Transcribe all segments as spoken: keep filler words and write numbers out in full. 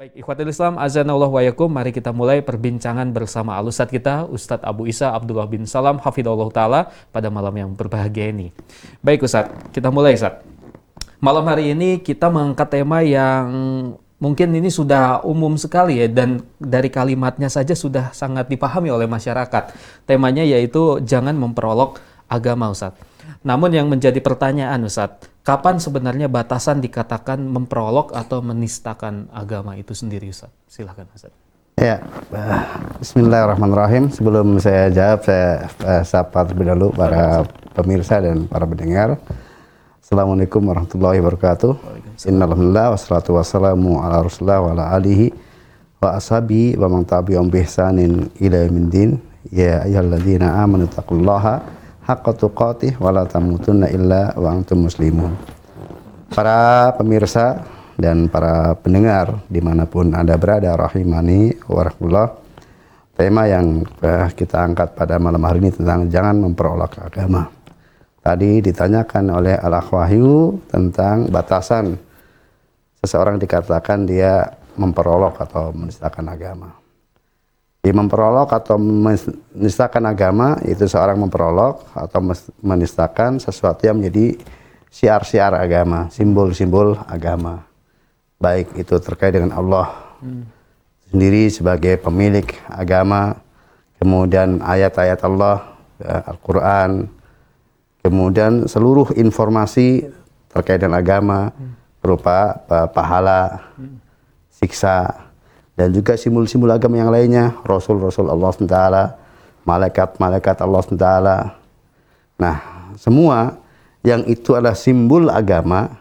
Baik, ikhwatul Islam, azanallahu wa yakum. Mari kita mulai perbincangan bersama al-ustadz kita, Ustadz Abu Isa Abdullah bin Salam, hafidhahullah ta'ala, pada malam yang berbahagia ini. Baik Ustadz, kita mulai Ustadz. Malam hari ini kita mengangkat tema yang mungkin ini sudah umum sekali ya, dan dari kalimatnya saja sudah sangat dipahami oleh masyarakat. Temanya yaitu jangan memperolok agama Ustadz. Namun yang menjadi pertanyaan Ustadz, kapan sebenarnya batasan dikatakan memperolok atau menistakan agama itu sendiri Ustadz? Silahkan Ustadz. Ya, bismillahirrahmanirrahim. Sebelum saya jawab, saya uh, sapa terlebih dahulu para pemirsa dan para pendengar. Assalamualaikum warahmatullahi wabarakatuh. Innalhamdulillah wassalatu wassalamu ala rasulillah wa ala alihi wa ashabihi wa man tabi'ahum bi ihsanin ila yaumiddin. Ya ayyuhalladzina amanu taqullaha haqqa tuqatih wa la tamutunna illa wa antum muslimun. Para pemirsa dan para pendengar dimanapun Anda berada, rahimani wa rahmatullah. Tema yang uh, kita angkat pada malam hari ini tentang jangan memperolok agama. Tadi ditanyakan oleh Al-Akh Wahyu tentang batasan seseorang dikatakan dia memperolok atau menistakan agama. Di memperolok atau menistakan agama itu seorang memperolok atau menistakan sesuatu yang menjadi syiar-syiar agama, simbol-simbol agama. Baik itu terkait dengan Allah hmm. sendiri sebagai pemilik agama, kemudian ayat-ayat Allah, ya, Al-Quran, kemudian seluruh informasi terkait dengan agama hmm. berupa pahala, hmm. siksa, dan juga simbol-simbol agama yang lainnya, Rasul-Rasul Allah subhanahu wa taala, malaikat-malaikat Allah subhanahu wa taala. Nah, semua yang itu adalah simbol agama,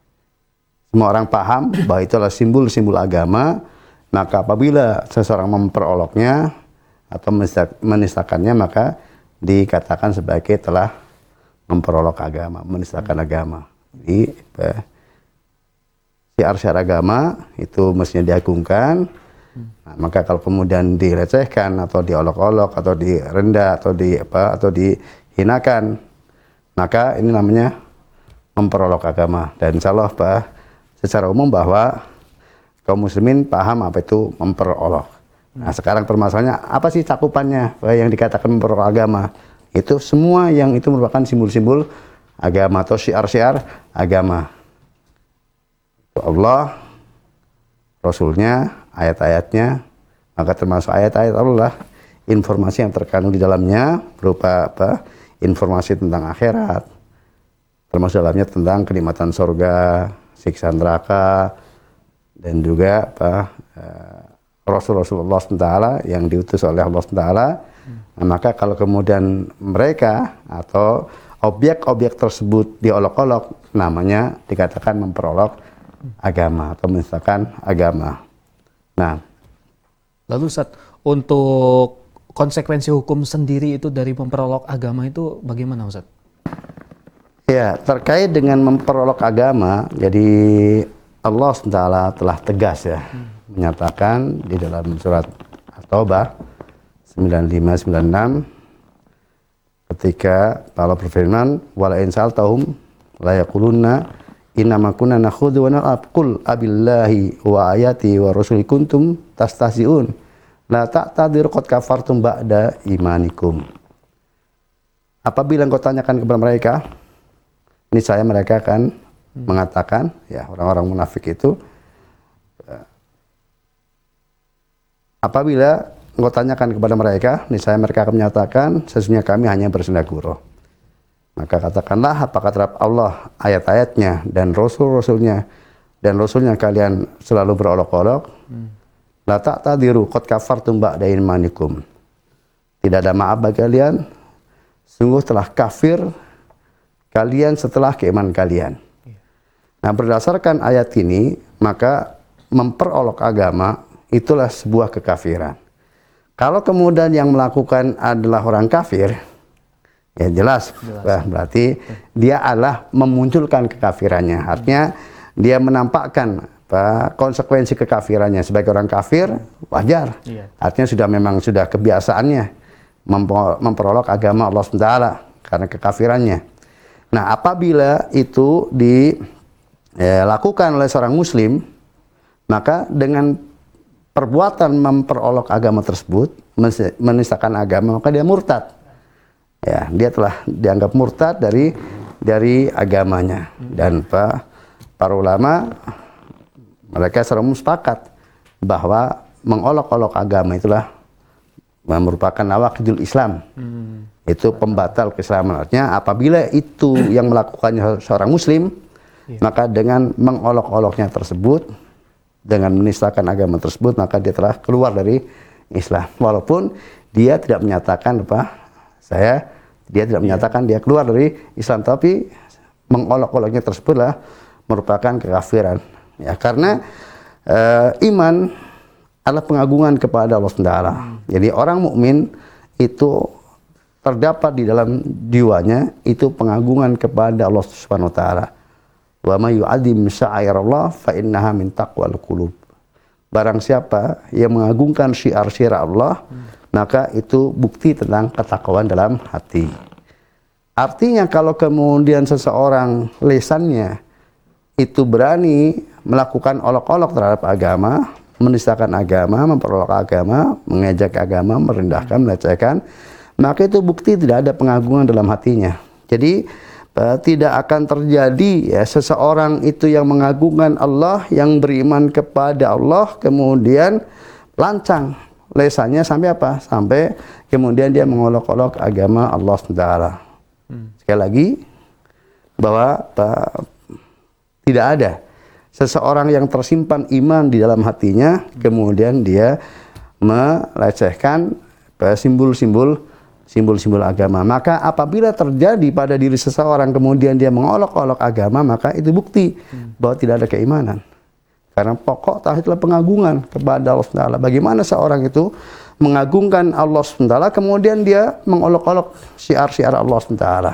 semua orang paham bahwa itu adalah simbol-simbol agama, maka apabila seseorang memperoloknya atau menistakannya, maka dikatakan sebagai telah memperolok agama, menistakan agama. Jadi, syiar-syiar agama itu mestinya diagungkan. Nah, maka kalau kemudian direcehkan atau diolok-olok atau direndah atau di apa atau dihinakan, maka ini namanya memperolok agama. Dan insya Allah Pak, secara umum bahwa kaum muslimin paham apa itu memperolok. Nah, sekarang permasalahannya apa sih cakupannya Pak, yang dikatakan memperolok agama? Itu semua yang itu merupakan simbol-simbol agama atau syiar-syiar agama. Allah, Rasulnya, ayat-ayatnya, maka termasuk ayat-ayat Allah, informasi yang terkandung di dalamnya berupa apa? Informasi tentang akhirat, termasuk dalamnya tentang kenikmatan surga, siksa neraka, dan juga apa? Rasul-Rasulullah subhanahu wa taala yang diutus oleh Allah subhanahu wa taala. Nah, maka kalau kemudian mereka atau objek-objek tersebut diolok-olok, namanya dikatakan memperolok agama atau menistakan agama. Nah, lalu Ustadz, untuk konsekuensi hukum sendiri itu dari memperolok agama itu bagaimana Ustadz? Ya, terkait dengan memperolok agama, jadi Allah subhanahu wa taala telah tegas ya hmm. menyatakan di dalam surat At-Taubah sembilan puluh lima sembilan puluh enam ketika Allah berfirman, wala in sa'altahum la yaqulunna innama kunna nakhudhu wa nal'ab qul abillahi wa ayati wa rasuli kuntum tastahzi'un la ta'tadir qad kafartum ba'da imanikum. Apabila engkau tanyakan kepada mereka, ini saya mereka akan hmm. mengatakan, ya orang-orang munafik itu, apabila engkau tanyakan kepada mereka, ini saya mereka akan menyatakan sesungguhnya kami hanya bersenda gurau. Maka katakanlah, apakah terhadap Allah ayat-ayatnya dan Rasul-Rasulnya dan Rasulnya kalian selalu berolok-olok? La ta'tadiru qad kafartum ba'da imanikum. Tidak ada maaf bagi kalian, sungguh telah kafir kalian setelah keimanan kalian. Nah, berdasarkan ayat ini, maka memperolok agama itulah sebuah kekafiran. Kalau kemudian yang melakukan adalah orang kafir, ya jelas, jelas. Bah, berarti dia adalah memunculkan kekafirannya. Artinya dia menampakkan apa, konsekuensi kekafirannya sebagai orang kafir, wajar. Iya. Artinya sudah memang sudah kebiasaannya memperolok agama Allah subhanahu wa taala karena kekafirannya. Nah, apabila itu dilakukan oleh seorang muslim, maka dengan perbuatan memperolok agama tersebut, menistakan agama, maka dia murtad. Ya, dia telah dianggap murtad dari dari agamanya. Dan pa, para ulama mereka selalu sepakat bahwa mengolok-olok agama itulah merupakan nawaqidul Islam. Hmm. Itu pembatal keislaman. Artinya apabila itu yang melakukannya seorang muslim, yeah. maka dengan mengolok-oloknya tersebut, dengan menistakan agama tersebut, maka dia telah keluar dari Islam. Walaupun dia tidak menyatakan apa, saya dia tidak yeah. menyatakan dia keluar dari Islam, tapi mengolok-oloknya tersebutlah merupakan kekafiran. Ya, karena uh, iman adalah pengagungan kepada Allah subhanahu wa taala. Hmm. Jadi orang mukmin itu terdapat di dalam jiwanya itu pengagungan kepada Allah subhanahu wa taala. Wa may yu'azzim sya'airallah fa innaha min taqwal qulub. Barang siapa yang mengagungkan syiar-syiar Allah, hmm. maka itu bukti tentang ketakwaan dalam hati. Artinya kalau kemudian seseorang lisannya itu berani melakukan olok-olok terhadap agama, menistakan agama, memperolok agama, mengejek agama, merendahkan, melecehkan, maka itu bukti tidak ada pengagungan dalam hatinya. Jadi uh, tidak akan terjadi ya seseorang itu yang mengagungkan Allah, yang beriman kepada Allah, kemudian lancang lesannya sampai apa? Sampai kemudian dia mengolok-olok agama Allah subhanahu wa taala. Hmm. Sekali lagi bahwa uh, tidak ada seseorang yang tersimpan iman di dalam hatinya, kemudian dia melecehkan simbol-simbol simbol-simbol agama. Maka apabila terjadi pada diri seseorang kemudian dia mengolok-olok agama, maka itu bukti hmm. bahwa tidak ada keimanan. Karena pokok tauhid adalah pengagungan kepada Allah subhanahu wa taala. Bagaimana seorang itu mengagungkan Allah subhanahu wa taala kemudian dia mengolok-olok syiar-syiar Allah subhanahu wa taala.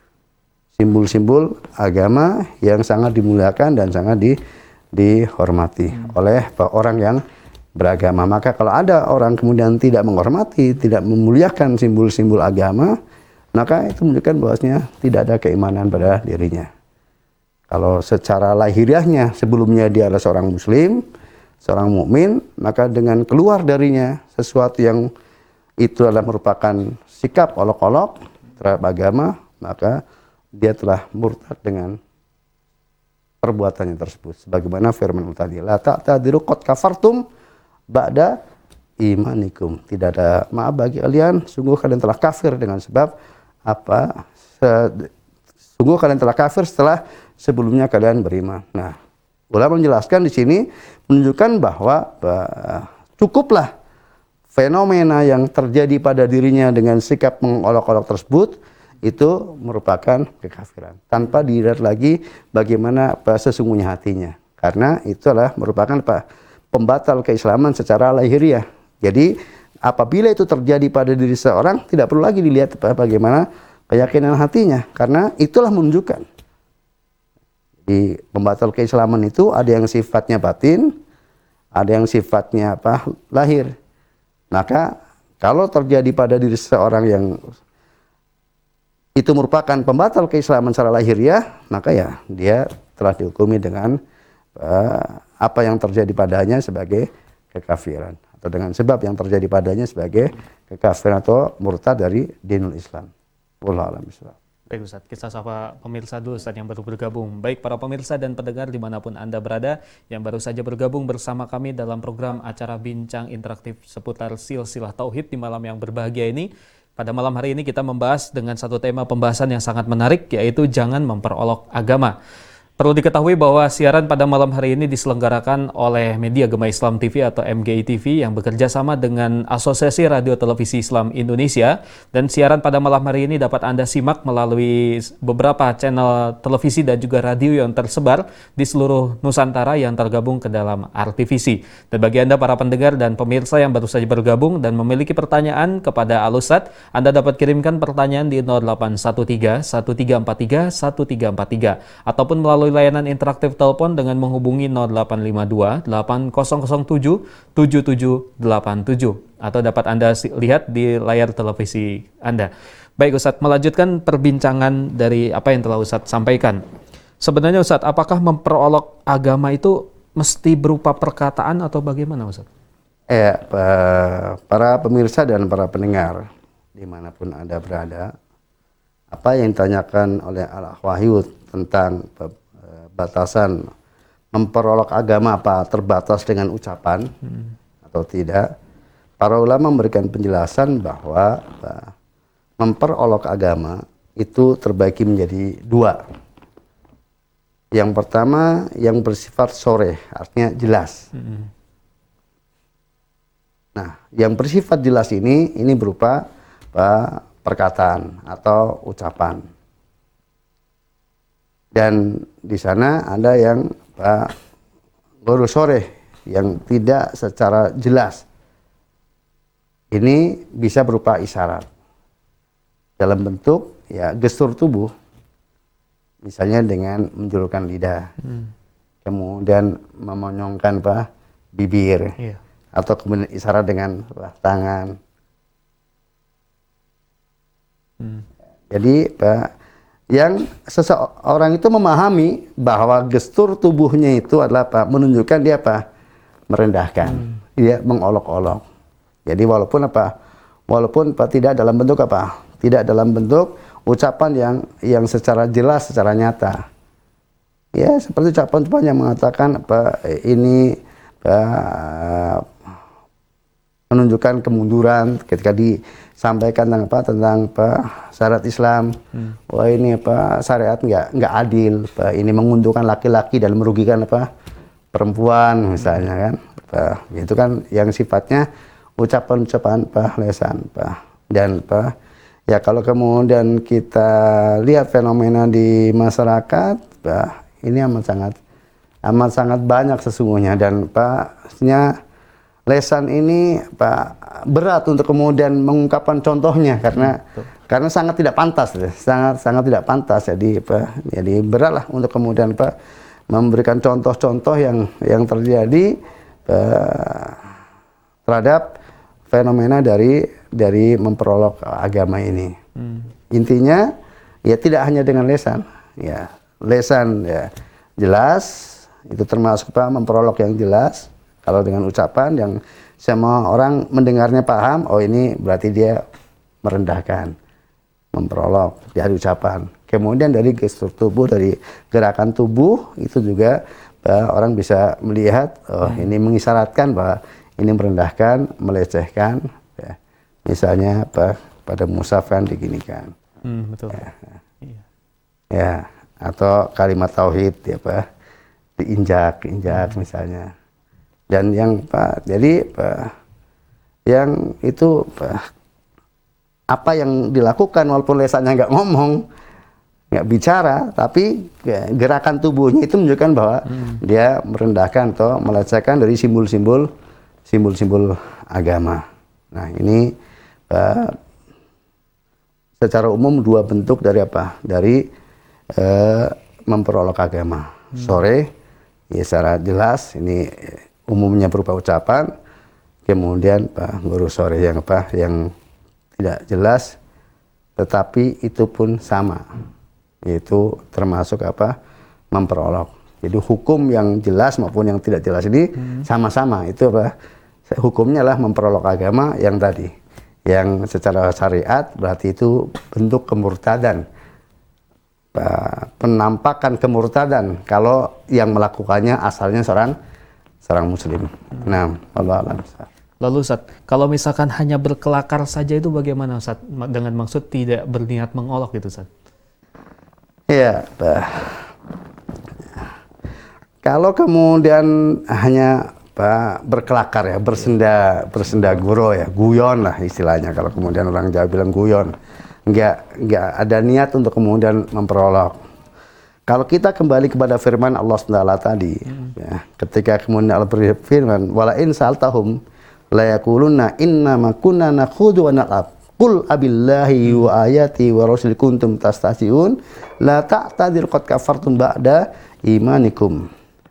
Simbol-simbol agama yang sangat dimuliakan dan sangat di, dihormati hmm. oleh orang yang beragama. Maka kalau ada orang kemudian tidak menghormati, tidak memuliakan simbol-simbol agama, maka itu menunjukkan bahwasanya tidak ada keimanan pada dirinya. Kalau secara lahiriahnya sebelumnya dia adalah seorang muslim, seorang mukmin, maka dengan keluar darinya sesuatu yang itu adalah merupakan sikap olok-olok terhadap agama, maka dia telah murtad dengan perbuatannya tersebut. Sebagaimana firman Allah tadi, la ta'tadiru qad kafartum ba'da imanikum. Tidak ada maaf bagi kalian, sungguh kalian telah kafir dengan sebab apa? Sungguh kalian telah kafir setelah sebelumnya kalian beriman. Nah, ulama menjelaskan di sini menunjukkan bahwa bah, cukuplah fenomena yang terjadi pada dirinya dengan sikap mengolok-olok tersebut itu merupakan kekafiran tanpa dilihat lagi bagaimana apa sesungguhnya hatinya, karena itu adalah merupakan apa pembatal keislaman secara lahiriah. Jadi apabila itu terjadi pada diri seorang tidak perlu lagi dilihat apa, bagaimana keyakinan hatinya, karena itulah menunjukkan di pembatal keislaman itu ada yang sifatnya batin, ada yang sifatnya apa lahir. Maka kalau terjadi pada diri seseorang yang itu merupakan pembatal keislaman secara lahiriah, maka ya dia telah dihukumi dengan uh, apa yang terjadi padanya sebagai kekafiran, atau dengan sebab yang terjadi padanya sebagai kekafiran atau murtad dari dinul Islam. Wallahu a'lam bishawab. Baik Ustaz, kita sapa pemirsa dulu Ustaz yang baru bergabung. Baik para pemirsa dan pendengar dimanapun Anda berada yang baru saja bergabung bersama kami dalam program acara bincang interaktif seputar silsilah tauhid di malam yang berbahagia ini. Pada malam hari ini kita membahas dengan satu tema pembahasan yang sangat menarik, yaitu jangan memperolok agama. Perlu diketahui bahwa siaran pada malam hari ini diselenggarakan oleh Media Gema Islam T V atau M G I T V yang bekerja sama dengan Asosiasi Radio Televisi Islam Indonesia, dan siaran pada malam hari ini dapat Anda simak melalui beberapa channel televisi dan juga radio yang tersebar di seluruh Nusantara yang tergabung ke dalam R T V C. Dan bagi Anda para pendengar dan pemirsa yang baru saja bergabung dan memiliki pertanyaan kepada Al-Ustadz, Anda dapat kirimkan pertanyaan di nol delapan satu tiga satu tiga empat tiga satu tiga empat tiga ataupun melalui layanan interaktif telepon dengan menghubungi nol delapan lima dua delapan nol nol tujuh tujuh tujuh delapan tujuh atau dapat Anda lihat di layar televisi Anda. Baik Ustadz, melanjutkan perbincangan dari apa yang telah Ustadz sampaikan. Sebenarnya Ustadz, apakah memperolok agama itu mesti berupa perkataan atau bagaimana Ustadz? eh para pemirsa dan para pendengar dimanapun Anda berada, apa yang ditanyakan oleh Al Wahyu tentang batasan memperolok agama, apa terbatas dengan ucapan hmm. atau tidak, para ulama memberikan penjelasan bahwa memperolok agama itu terbagi menjadi dua. Yang pertama yang bersifat soreh, artinya jelas. Hmm. Nah, yang bersifat jelas ini, ini berupa apa, perkataan atau ucapan. Dan di sana ada yang apa, gharu soreh, yang tidak secara jelas. Ini bisa berupa isyarat dalam bentuk ya gestur tubuh, misalnya dengan menjulurkan lidah, hmm. kemudian memonyongkan apa, bibir. Yeah. Atau kemudian isyarat dengan wah, tangan. Hmm. Jadi Pak, yang seseorang itu memahami bahwa gestur tubuhnya itu adalah apa? Menunjukkan dia apa? Merendahkan. Hmm. Dia mengolok-olok. Jadi walaupun apa? Walaupun Pak tidak dalam bentuk apa? Tidak dalam bentuk ucapan yang yang secara jelas, secara nyata. Ya, seperti ucapan-ucapan yang mengatakan apa? Ini Pak, menunjukkan kemunduran ketika disampaikan tentang apa tentang apa syarat Islam. Hmm. Wah ini apa syariat nggak nggak adil, apa, ini menguntungkan laki-laki dan merugikan apa perempuan misalnya kan. Apa, itu kan yang sifatnya ucapan-ucapan apa lesan apa. Dan apa ya kalau kemudian kita lihat fenomena di masyarakat, apa, ini amat sangat amat sangat banyak sesungguhnya, dan paknya lesan ini Pak berat untuk kemudian mengungkapkan contohnya karena Betul. karena sangat tidak pantas, sangat sangat tidak pantas. Jadi Pak, jadi beratlah untuk kemudian Pak memberikan contoh-contoh yang yang terjadi Pak, terhadap fenomena dari dari memperolok agama ini. Hmm. Intinya ya tidak hanya dengan lesan, ya lesan ya jelas itu termasuk Pak memperolok yang jelas. Kalau dengan ucapan yang semua orang mendengarnya paham, oh ini berarti dia merendahkan, memperolok dari ucapan. Kemudian dari gestur tubuh, dari gerakan tubuh itu juga uh, orang bisa melihat, oh hmm. ini mengisyaratkan bahwa ini merendahkan, melecehkan. Ya. Misalnya apa pada mushaf kan diginikan. Hmm, betul. Ya. Iya. Ya, atau kalimat tauhid ya Pak diinjak-injak hmm. misalnya. Dan yang Pak, jadi Pak, yang itu Pak, apa yang dilakukan walaupun lesannya nggak ngomong, nggak bicara, tapi gerakan tubuhnya itu menunjukkan bahwa hmm. dia merendahkan atau melecehkan dari simbol-simbol simbol-simbol agama. Nah ini Pak, secara umum dua bentuk dari apa? Dari eh, memperolok agama. Hmm. Sore, ya secara jelas ini umumnya berupa ucapan, kemudian Pak guru sore yang apa yang tidak jelas, tetapi itu pun sama, yaitu termasuk apa memperolok. Jadi hukum yang jelas maupun yang tidak jelas ini sama-sama hmm. itu apa hukumnya adalah memperolok agama yang tadi, yang secara syariat berarti itu bentuk kemurtadan, penampakan kemurtadan kalau yang melakukannya asalnya seorang seorang muslim. Nah, Allah alam. Lalu Ustaz, kalau misalkan hanya berkelakar saja itu bagaimana Ustaz? Dengan maksud tidak berniat mengolok gitu Ustaz? Iya, bah. Kalau kemudian hanya bah, berkelakar ya, bersenda bersenda guro ya, guyon lah istilahnya. Kalau kemudian orang Jawa bilang guyon, enggak enggak ada niat untuk kemudian memperolok. Kalau kita kembali kepada firman Allah subhanahu wa taala tadi, hmm. ya, ketika kemudian Allah berfirman, wala in sa'altahum la yaquluna inna ma kunna nakhudu wa nal'ab. Qul abillahi wa ayati wa rasul kuntum tastahzi'un la ta'tadir qad kafartum ba'da imanikum.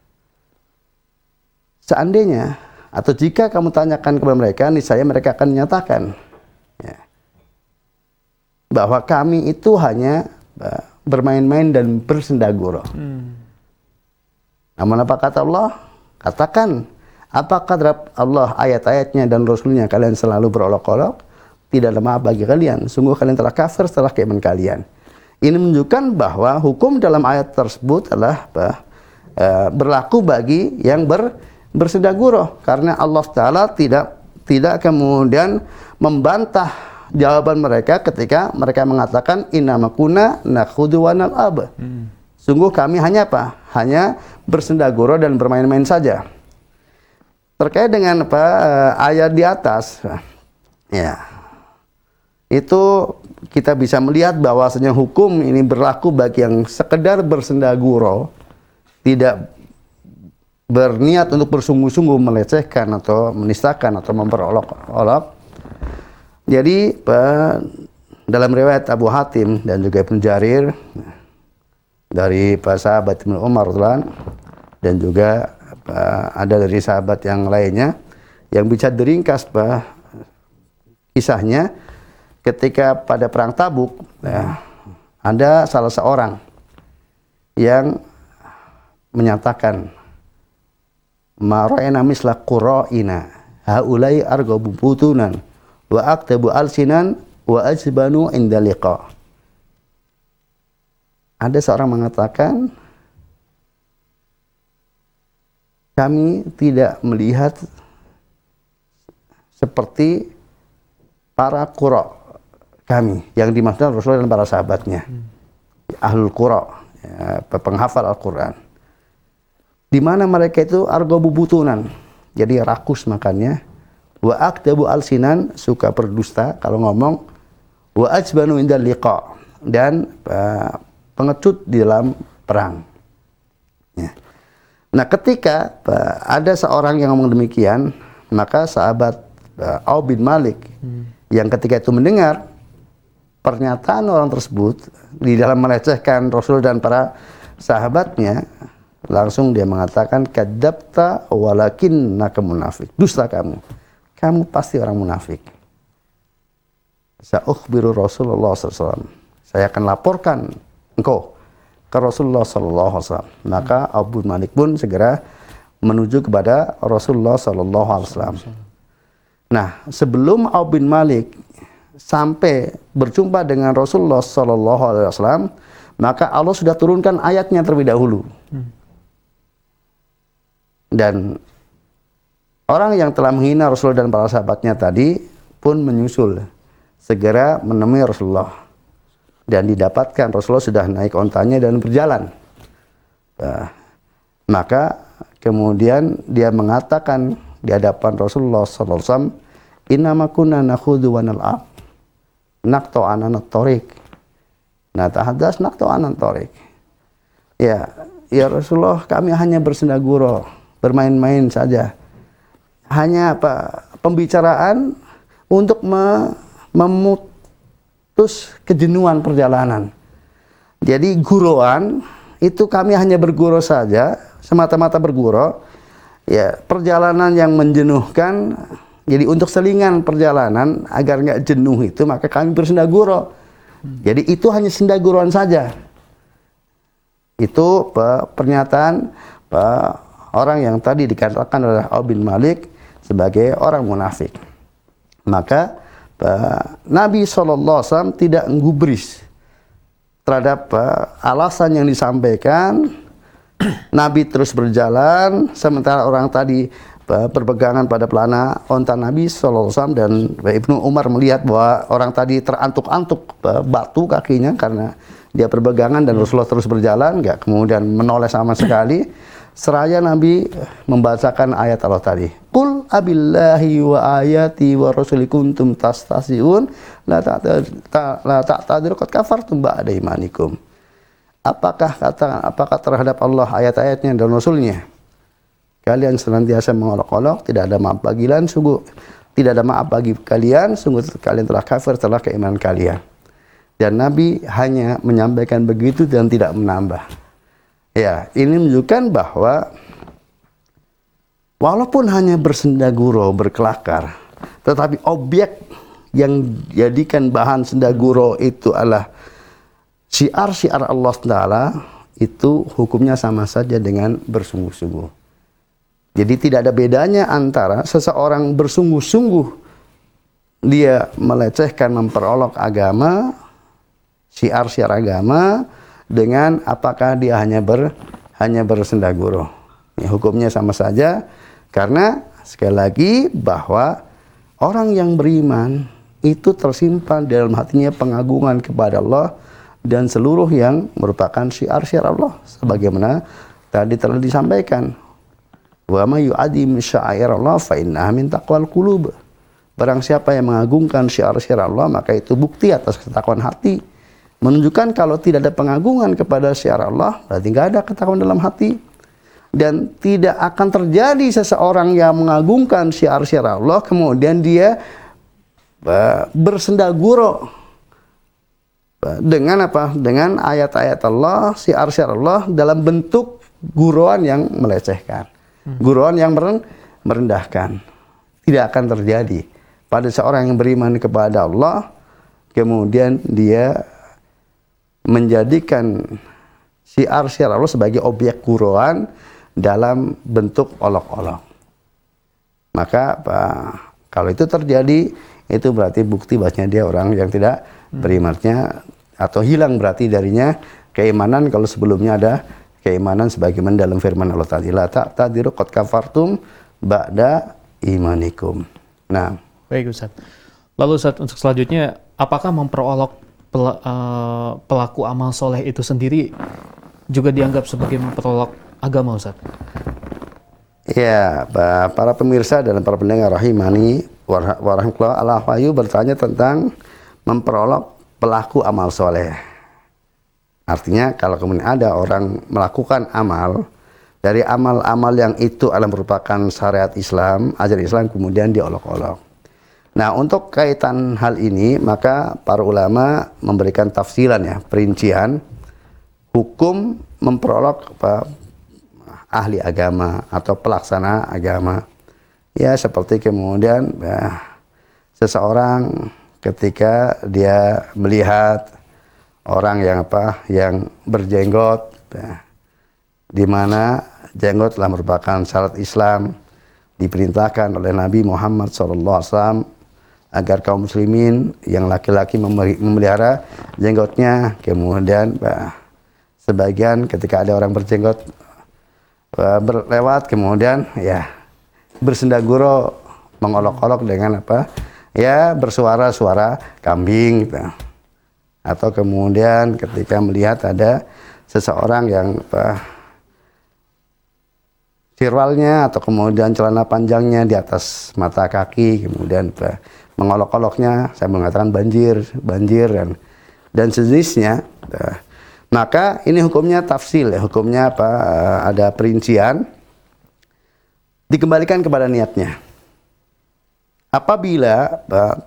Seandainya atau jika kamu tanyakan kepada mereka, niscaya mereka akan menyatakan ya, bahwa kami itu hanya bermain-main dan bersenda gurau. Hmm. Namun apa kata Allah? Katakan, Apakah terhadap Allah, ayat-ayatnya dan Rasulnya kalian selalu berolok-olok? Tidak ada maaf bagi kalian. Sungguh kalian telah kafir setelah keimanan kalian. Ini menunjukkan bahwa hukum dalam ayat tersebut adalah apa, e, berlaku bagi yang ber, bersendaguro. Karena Allah Ta'ala tidak tidak kemudian membantah jawaban mereka ketika mereka mengatakan innama kunna nakhudu wa nal'ab. Hmm. Sungguh kami hanya apa? Hanya bersendaguro dan bermain-main saja. Terkait dengan apa ayat di atas, ya, itu kita bisa melihat bahwasanya hukum ini berlaku bagi yang sekedar bersendaguro, tidak berniat untuk bersungguh-sungguh melecehkan atau menistakan atau memperolok-olok. Jadi dalam riwayat Abu Hatim dan juga Ibnu Jarir dari para sahabat Ibnu Umar dan juga ada dari sahabat yang lainnya yang bisa diringkas bah, kisahnya ketika pada perang Tabuk, ya, ada salah seorang yang menyatakan ma ra'ayna misla qura'ina haulai arghabu butunan wa aktabu alsinan wa ajbanu inda liqa. Ada seorang mengatakan, kami tidak melihat seperti para qura kami, yang dimaksudkan Rasulullah dan para sahabatnya, hmm. ahlul qura, ya, penghafal Al-Quran, di mana mereka itu argobu butunan, jadi rakus makannya, wa aktabu alsinan, suka berdusta kalau ngomong, wa ajbanu indal liqa, dan uh, pengecut di dalam perang. Ya. Nah, ketika uh, ada seorang yang ngomong demikian, maka sahabat uh, Auf bin Malik hmm. yang ketika itu mendengar pernyataan orang tersebut di dalam melecehkan Rasul dan para sahabatnya, langsung dia mengatakan, kadzabta walakinnaka munafik. Dusta kamu. Kamu pasti orang munafik. Sa'ukhbiru Rasulullah sallallahu alaihi wasallam. Saya akan laporkan engkau ke Rasulullah sallallahu alaihi wasallam. Maka Abu Malik pun segera menuju kepada Rasulullah sallallahu alaihi wasallam. Nah, sebelum Abu bin Malik sampai berjumpa dengan Rasulullah sallallahu alaihi wasallam, maka Allah sudah turunkan ayatnya terlebih dahulu. Dan orang yang telah menghina Rasulullah dan para sahabatnya tadi pun menyusul segera menemui Rasulullah. Dan didapatkan Rasulullah sudah naik ontanya dan berjalan. Nah, maka kemudian dia mengatakan di hadapan Rasulullah sallallahu alaihi wasallam, innama kunna nakhudu wa nal'ab naqta anan at-tariq natahaddas naqta anan at-tariq. Ya, ya Rasulullah, kami hanya bersendaguro, bermain-main saja. Hanya apa? Pembicaraan untuk me memut terus kejenuhan perjalanan. Jadi guroan itu kami hanya berguru saja, semata-mata berguru. Ya, perjalanan yang menjenuhkan. Jadi untuk selingan perjalanan agar nggak jenuh itu, maka kami bersendaguro. Hmm. Jadi itu hanya sendaguruan saja. Itu pe, pernyataan pe, orang yang tadi dikatakan oleh Auf bin Malik sebagai orang munafik. Maka Pak, Nabi shallallahu alaihi wasallam tidak menggubris terhadap uh, alasan yang disampaikan. Nabi terus berjalan, sementara orang tadi uh, berpegangan pada pelana onta Nabi shallallahu alaihi wasallam, dan uh, Ibnu Umar melihat bahwa orang tadi terantuk-antuk uh, batu kakinya karena dia berpegangan, dan Rasulullah terus berjalan, nggak kemudian menoleh sama sekali. Seraya Nabi membacakan ayat Allah tadi. Qul abillahi wa ayati wa rasuli kuntum tastasiun la ta'tadiru qad kafartum ba'da imanikum. Apakah kata apakah terhadap Allah, ayat-ayatnya dan Rasulnya kalian senantiasa mengolok-olok? Tidak ada maaf bagi kalian, sungguh tidak ada maaf bagi kalian, sungguh kalian telah kafir setelah keimanan kalian. Dan Nabi hanya menyampaikan begitu dan tidak menambah. Ya, ini menunjukkan bahwa walaupun hanya bersendaguro, berkelakar, tetapi objek yang dijadikan bahan sendaguro itu adalah syiar-syiar Allah Taala, itu hukumnya sama saja dengan bersungguh-sungguh. Jadi tidak ada bedanya antara seseorang bersungguh-sungguh dia melecehkan, memperolok agama, syiar-syiar agama, dengan apakah dia hanya ber hanya bersendaguro. Ya, hukumnya sama saja, karena sekali lagi bahwa orang yang beriman itu tersimpan dalam hatinya pengagungan kepada Allah dan seluruh yang merupakan syiar-syiar Allah, sebagaimana tadi telah disampaikan. Wa may yu'azzim sya'airallah fa innaha min taqwal qulub. Barang siapa yang mengagungkan syiar-syiar Allah, maka itu bukti atas ketakwaan hati. Menunjukkan kalau tidak ada pengagungan kepada syiar Allah, berarti nggak ada ketakwaan dalam hati. Dan tidak akan terjadi seseorang yang mengagungkan syiar-syiar Allah, kemudian dia bersendaguro dengan apa? Dengan ayat-ayat Allah, syiar-syiar Allah dalam bentuk guruan yang melecehkan, guruan yang merendahkan. Tidak akan terjadi pada seorang yang beriman kepada Allah, kemudian dia menjadikan syiar-syiar Allah sebagai objek guruan dalam bentuk olok-olok. Maka Pak, kalau itu terjadi, itu berarti bukti bahwasanya dia orang yang tidak berimannya, atau hilang berarti darinya keimanan kalau sebelumnya ada keimanan, sebagaimana dalam firman Allah tadi, la ta'tadiru qad kafartum ba'da imanikum. Nah, baik Ustaz. Lalu Ustaz, untuk selanjutnya, apakah memperolok pelaku amal soleh itu sendiri juga dianggap sebagai memperolok agama, Ustaz? Ya, para pemirsa dan para pendengar rahimani warahmatullahi Allah wahyu bertanya tentang memperolok pelaku amal soleh. Artinya kalau kemudian ada orang melakukan amal, dari amal-amal yang itu adalah merupakan syariat Islam, ajaran Islam, kemudian diolok-olok. Nah, untuk kaitan hal ini, maka para ulama memberikan tafsiran, ya, perincian hukum memperolok apa, ahli agama atau pelaksana agama. Ya, seperti kemudian ya, seseorang ketika dia melihat orang yang apa, yang berjenggot, ya, di mana jenggot telah merupakan syarat Islam, diperintahkan oleh Nabi Muhammad shallallahu alaihi wasallam agar kaum muslimin yang laki-laki memelihara jenggotnya. Kemudian bah, sebagian ketika ada orang berjenggot bah, berlewat, kemudian ya bersendaguro, mengolok-olok dengan apa, ya bersuara-suara kambing gitu. Atau kemudian ketika melihat ada seseorang yang bah, sirwalnya atau kemudian celana panjangnya di atas mata kaki, kemudian bah, mengolok-oloknya, saya mengatakan banjir, banjir dan dan sejenisnya. Nah, maka ini hukumnya tafsil, ya, hukumnya apa? Ada perincian, dikembalikan kepada niatnya. Apabila apa,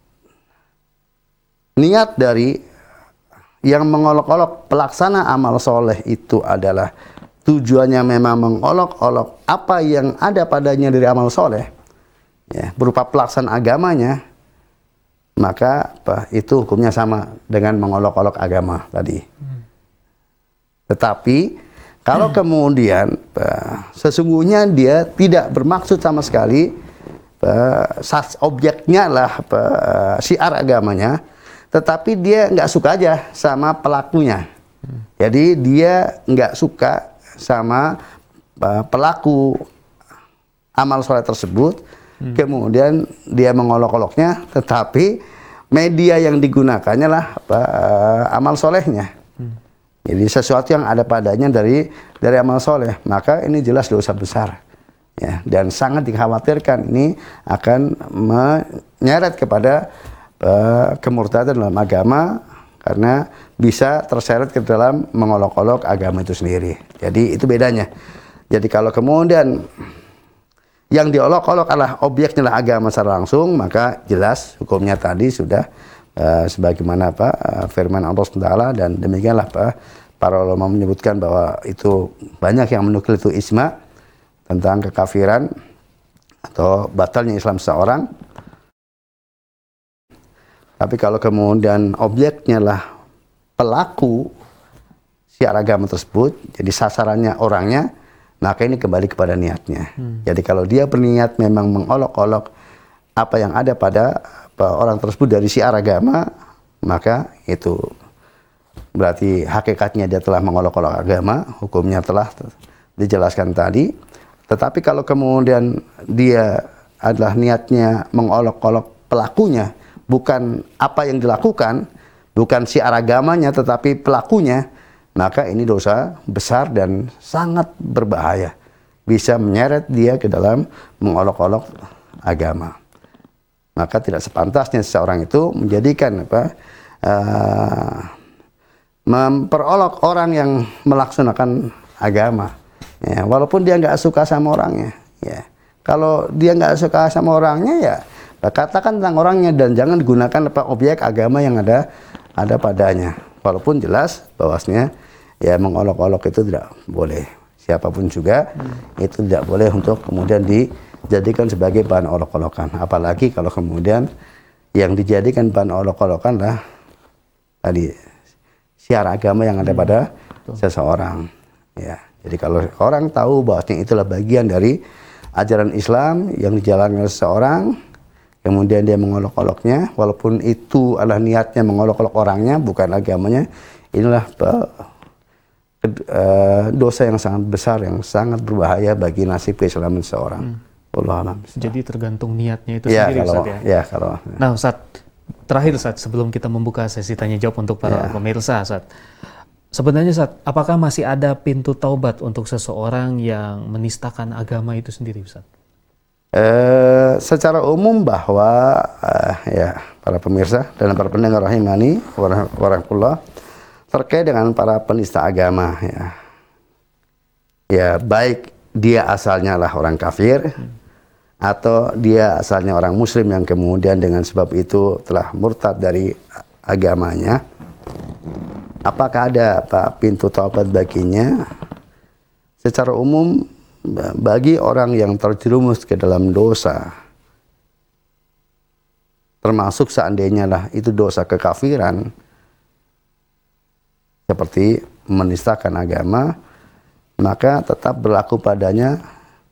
niat dari yang mengolok-olok pelaksana amal soleh itu adalah tujuannya memang mengolok-olok apa yang ada padanya dari amal soleh, ya, berupa pelaksanaan agamanya, maka apa, itu hukumnya sama dengan mengolok-olok agama tadi. Hmm. Tetapi kalau hmm. kemudian apa, sesungguhnya dia tidak bermaksud sama sekali, apa, objeknya lah apa, syiar agamanya, tetapi dia nggak suka aja sama pelakunya. Hmm. Jadi dia nggak suka sama uh, pelaku amal soleh tersebut, hmm. kemudian dia mengolok-oloknya, tetapi media yang digunakannya lah apa, uh, amal solehnya. Hmm. Jadi sesuatu yang ada padanya dari dari amal soleh, maka ini jelas dosa besar, ya, dan sangat dikhawatirkan ini akan menyeret kepada uh, kemurtadan dalam agama, karena bisa terseret ke dalam mengolok-olok agama itu sendiri. Jadi itu bedanya. Jadi kalau kemudian yang diolok-olok adalah objeknya adalah agama secara langsung, maka jelas hukumnya tadi sudah uh, sebagaimana apa uh, firman Allah subhanahu wa taala, dan demikianlah apa, para ulama menyebutkan bahwa itu banyak yang menukil itu ijma tentang kekafiran atau batalnya Islam seseorang. Tapi kalau kemudian objeknya lah pelaku syiar agama tersebut, jadi sasarannya orangnya, maka ini kembali kepada niatnya. Hmm. Jadi kalau dia berniat memang mengolok-olok apa yang ada pada orang tersebut dari syiar agama, maka itu berarti hakikatnya dia telah mengolok-olok agama, hukumnya telah dijelaskan tadi. Tetapi kalau kemudian dia adalah niatnya mengolok-olok pelakunya, bukan apa yang dilakukan, bukan syiar agamanya, tetapi pelakunya, maka ini dosa besar dan sangat berbahaya. Bisa menyeret dia ke dalam mengolok-olok agama. Maka tidak sepantasnya seseorang itu menjadikan apa uh, memperolok orang yang melaksanakan agama. Ya, walaupun dia nggak suka sama orangnya. Ya. Kalau dia nggak suka sama orangnya, ya katakan tentang orangnya dan jangan gunakan apa objek agama yang ada ada padanya. Walaupun jelas bahwasanya ya mengolok-olok itu tidak boleh. Siapapun juga hmm. itu tidak boleh untuk kemudian dijadikan sebagai bahan olok-olokan. Apalagi kalau kemudian yang dijadikan bahan olok-olokan lah tadi syiar agama yang ada hmm. pada Betul. seseorang. Ya, jadi kalau orang tahu bahwasanya itulah bagian dari ajaran Islam yang dijalankan oleh seseorang, kemudian dia mengolok-oloknya, walaupun itu adalah niatnya mengolok-olok orangnya, bukan agamanya, inilah uh, uh, dosa yang sangat besar, yang sangat berbahaya bagi nasib keislaman seseorang. Hmm. Wallahu a'lam. Jadi tergantung niatnya itu ya, sendiri, kalau, Ustaz ya? Ya, kalau. Ya. Nah, Ustaz, terakhir Ustaz, sebelum kita membuka sesi tanya jawab untuk para ya. pemirsa, Ustaz. Sebenarnya Ustaz, apakah masih ada pintu taubat untuk seseorang yang menistakan agama itu sendiri, Ustaz? Uh, secara umum bahwa uh, ya para pemirsa dan para pendengar rahimani warahmatullah terkait dengan para penista agama ya, ya baik dia asalnya lah orang kafir hmm. atau dia asalnya orang muslim yang kemudian dengan sebab itu telah murtad dari agamanya, apakah ada apa pintu taubat baginya? Secara umum bagi orang yang terjerumus ke dalam dosa, termasuk seandainya lah itu dosa kekafiran seperti menistakan agama, maka tetap berlaku padanya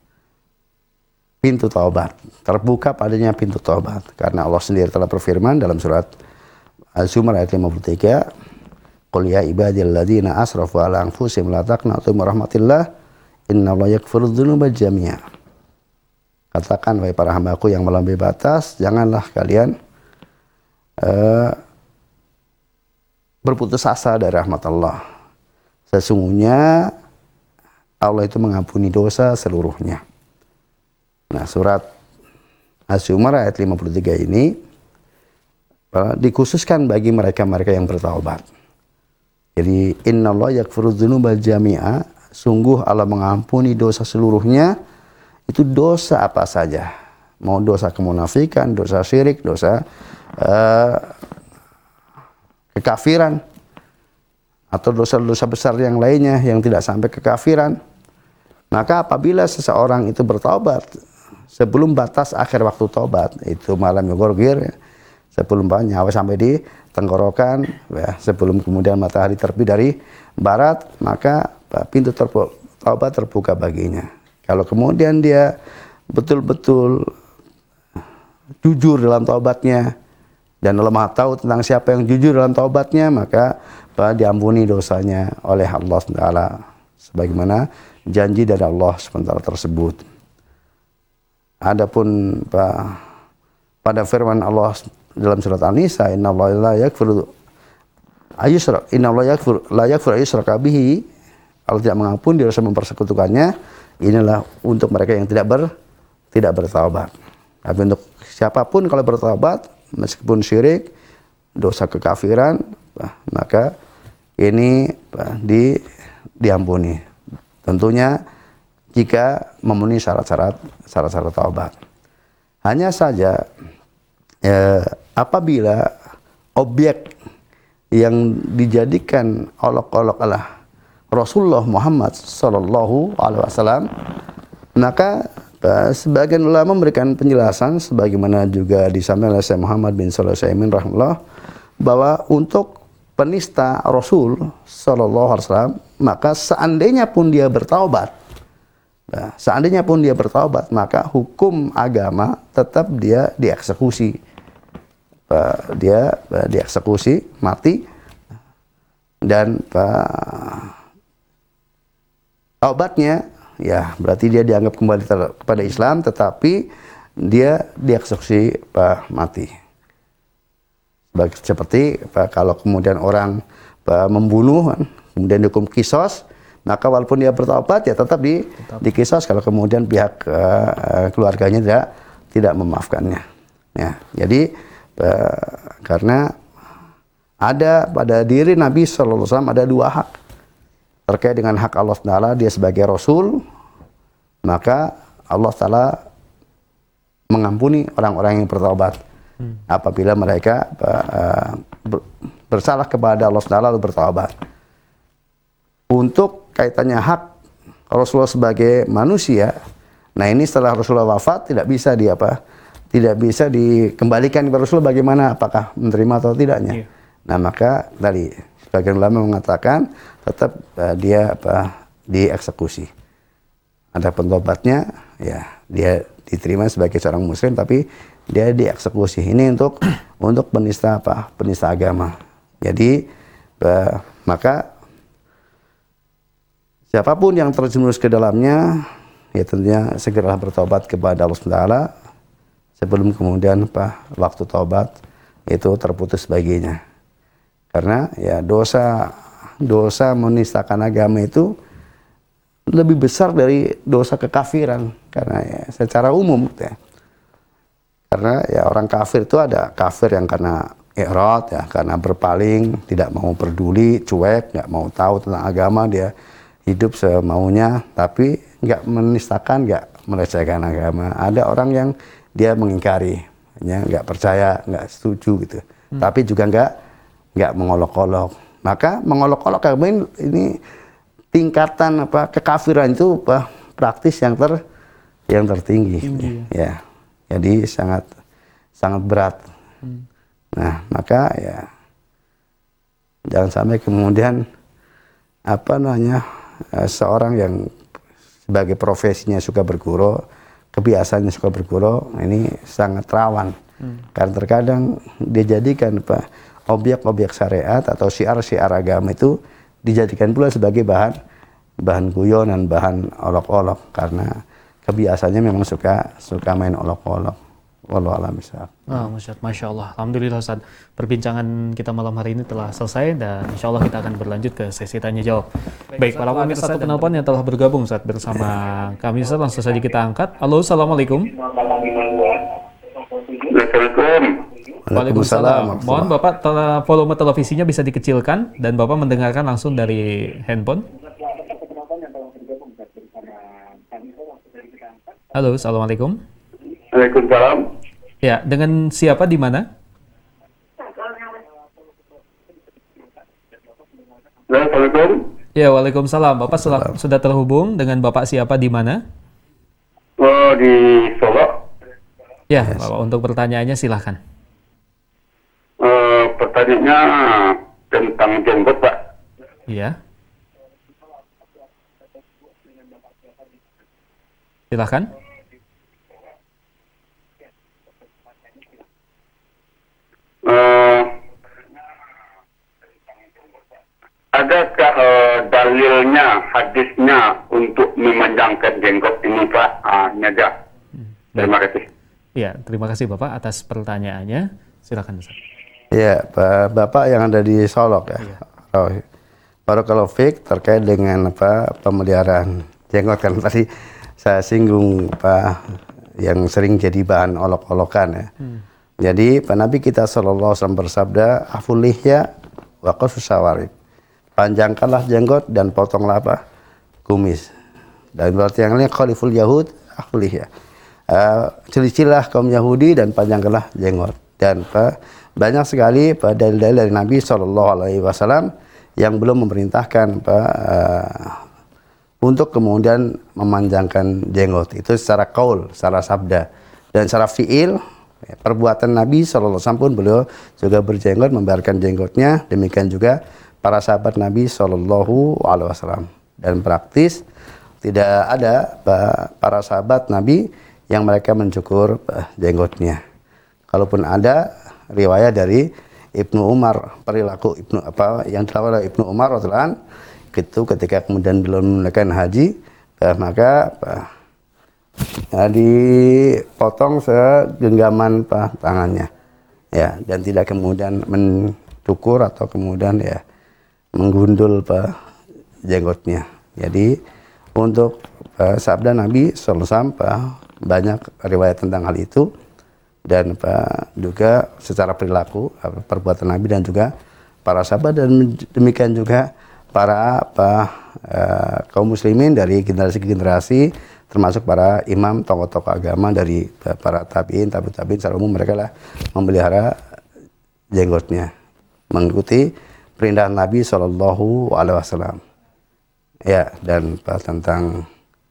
pintu taubat, terbuka padanya pintu taubat, karena Allah sendiri telah berfirman dalam surat Az-Zumar ayat lima puluh tiga, qul ya ibadilladzina asrafu ala anfusihim la taqnatu min rahmatillah innallaha yaghfiru dzunuba jami'a. Katakan wahai para hambaku yang melampaui batas, janganlah kalian uh, berputus asa dari rahmat Allah. Sesungguhnya Allah itu mengampuni dosa seluruhnya. Nah, surat Az-Zumar ayat lima puluh tiga ini uh, dikhususkan bagi mereka-mereka yang bertaubat. Jadi innallaha yaghfiru dzunuba jami'a, sungguh Allah mengampuni dosa seluruhnya. Itu dosa apa saja, mau dosa kemunafikan, dosa syirik, dosa uh, kekafiran, atau dosa-dosa besar yang lainnya yang tidak sampai kekafiran. Maka apabila seseorang itu bertaubat sebelum batas akhir waktu taubat, itu malam yugorgir, sebelum nyawa sampai di tenggorokan, ya, sebelum kemudian matahari terbit dari barat, maka pintu terbuka, taubat terbuka baginya. Kalau kemudian dia betul-betul jujur dalam taubatnya dan lemah tahu tentang siapa yang jujur dalam taubatnya, maka bah, diampuni dosanya oleh Allah subhanahu wa taala sebagaimana janji dari Allah subhanahu wa taala tersebut. Adapun bah, pada firman Allah dalam surat An-Nisa, innallaha la yaghfiru ayyushraka innallaha yaghfiru la yaghfiru ayyushraka bihi, Allah tidak mengampuni dosa mempersekutukannya. Inilah untuk mereka yang tidak ber tidak bertaubat. Tapi untuk siapapun kalau bertaubat meskipun syirik, dosa kekafiran, maka ini di diampuni. Tentunya jika memenuhi syarat-syarat syarat-syarat taubat. Hanya saja eh, apabila objek yang dijadikan olok-olok adalah Rasulullah Muhammad Sallallahu Alaihi Wasallam, maka uh, sebagian ulama memberikan penjelasan sebagaimana juga disampaikan oleh Syekh Muhammad bin Shalih Al-Utsaimin rahimahullah, bahwa untuk penista Rasul Sallallahu Alaihi Wasallam, maka seandainya pun dia bertaubat Nah, seandainya pun dia bertaubat, maka hukum agama tetap dia dieksekusi. Uh, dia uh, dieksekusi, mati, dan uh, taubatnya, ya berarti dia dianggap kembali kepada Islam, tetapi dia dieksekusi uh, mati. Seperti uh, kalau kemudian orang uh, membunuh, kemudian dihukum kisos, maka walaupun dia bertaubat ya tetap di tetap. dikisos kalau kemudian pihak uh, keluarganya tidak tidak memaafkannya. Ya, jadi uh, karena ada pada diri Nabi shallallahu alaihi wasallam ada dua hak terkait dengan hak Allah Taala, dia sebagai Rasul, maka Allah Taala mengampuni orang-orang yang bertaubat hmm. apabila mereka uh, bersalah kepada Allah Taala lalu bertaubat. Untuk kaitannya hak Rasulullah sebagai manusia, nah ini setelah Rasulullah wafat tidak bisa di apa, tidak bisa dikembalikan kepada Rasulullah bagaimana, apakah menerima atau tidaknya. Yeah. Nah maka tadi sebagian ulama mengatakan tetap uh, dia apa dieksekusi. Ada pentobatnya, ya dia diterima sebagai seorang Muslim, tapi dia dieksekusi. Ini untuk untuk penista apa, penista agama. Jadi uh, maka siapapun yang terjerumus ke dalamnya, ya tentunya segeralah bertobat kepada Allah subhanahu wa taala sebelum kemudian apa, waktu taubat itu terputus baginya. Karena ya dosa dosa menistakan agama itu lebih besar dari dosa kekafiran, karena ya, secara umum ya. Karena ya orang kafir itu ada kafir yang karena i'rad ya, karena berpaling, tidak mau peduli, cuek, nggak mau tahu tentang agama, dia hidup semaunya, tapi nggak menistakan, nggak melecehkan agama. Ada orang yang dia mengingkari, hanya nggak percaya, nggak setuju gitu. Hmm. Tapi juga nggak nggak mengolok-olok. Maka mengolok-olok agama ini, ini tingkatan apa kekafiran itu apa, praktis yang ter yang tertinggi. Tinggi. Ya, jadi sangat sangat berat. Hmm. Nah maka ya jangan sampai kemudian apa namanya seorang yang sebagai profesinya suka berguru, kebiasaannya suka berguru, ini sangat rawan. Hmm. Karena terkadang dia jadikan apa objek-objek syariat atau syiar-syiar agama itu dijadikan pula sebagai bahan bahan guyonan, bahan olok-olok, karena kebiasaannya memang suka suka main olok-olok. Wallahu a'lam bishawab. Oh, Masya Allah. Alhamdulillah Ustaz. Perbincangan kita malam hari ini telah selesai dan insya Allah kita akan berlanjut ke sesi tanya jawab. Baik, para pemirsa satu penelpon yang telah bergabung Ustaz bersama kami Ustaz, langsung saja kita angkat. Halo, Assalamualaikum. Assalamualaikum. Waalaikumsalam. Mohon Bapak volume televisinya bisa dikecilkan dan Bapak mendengarkan langsung dari handphone. Halo, Assalamualaikum. Waalaikumsalam. Ya, dengan siapa di mana? Assalamualaikum. Ya, Waalaikumsalam. Bapak sudah, sudah terhubung dengan Bapak siapa di mana? Oh, di Solo. Ya, yes. Bapak untuk pertanyaannya silahkan. Uh, pertanyaannya tentang jenggot, Pak. Iya. Silahkan. Uh, adakah uh, dalilnya, hadisnya untuk memanjangkan jenggot ini, Pak? Ah, ini aja. Hmm, terima kasih. Ya, terima kasih Bapak atas pertanyaannya. Silakan Ustaz. Ya, Bapak yang ada di Solok ya. Iya. Oh, baru kalau fik terkait dengan apa pemeliharaan jenggot, kan tadi saya singgung Pak yang sering jadi bahan olok-olokan ya. Hmm. Jadi Pak Nabi kita sallallahu alaihi wasallam bersabda, aful lihya wa qasus sawarib. Panjangkanlah jenggot dan potonglah apa? Kumis. Dan berarti yang lain khaliful yahud aful lihya. Uh, Cili-cililah kaum Yahudi dan panjangkanlah jenggot. Dan Pak, banyak sekali Pak dalil-dalil dari Nabi sallallahu alaihi wasallam yang belum memerintahkan Pak uh, untuk kemudian memanjangkan jenggot. Itu secara qaul, secara sabda, dan secara fiil. Perbuatan Nabi shallallahu alaihi wasallam pun beliau juga berjenggot, membiarkan jenggotnya. Demikian juga para sahabat Nabi shallallahu alaihi wasallam. Dan praktis tidak ada bah, para sahabat Nabi yang mereka mencukur bah, jenggotnya. Kalaupun ada riwayat dari Ibnu Umar, perilaku Ibnu apa yang dilakukan oleh Ibnu Umar radhiyallahu anhu itu ketika kemudian beliau menunaikan haji, bah, maka bah, ya, dipotong segenggaman bah, tangannya, ya, dan tidak kemudian mencukur atau kemudian ya menggundul bah, jenggotnya. Jadi untuk uh, sabda Nabi sallallahu alaihi wasallam banyak riwayat tentang hal itu, dan uh, juga secara perilaku uh, perbuatan Nabi dan juga para sahabat, dan demikian juga para uh, uh, kaum muslimin dari generasi ke generasi, termasuk para imam tokoh-tokoh agama dari uh, para tabiin, tabi'ut tabi'in secara umum, mereka lah memelihara jenggotnya mengikuti perintah Nabi sallallahu alaihi wasallam. Ya, dan uh, tentang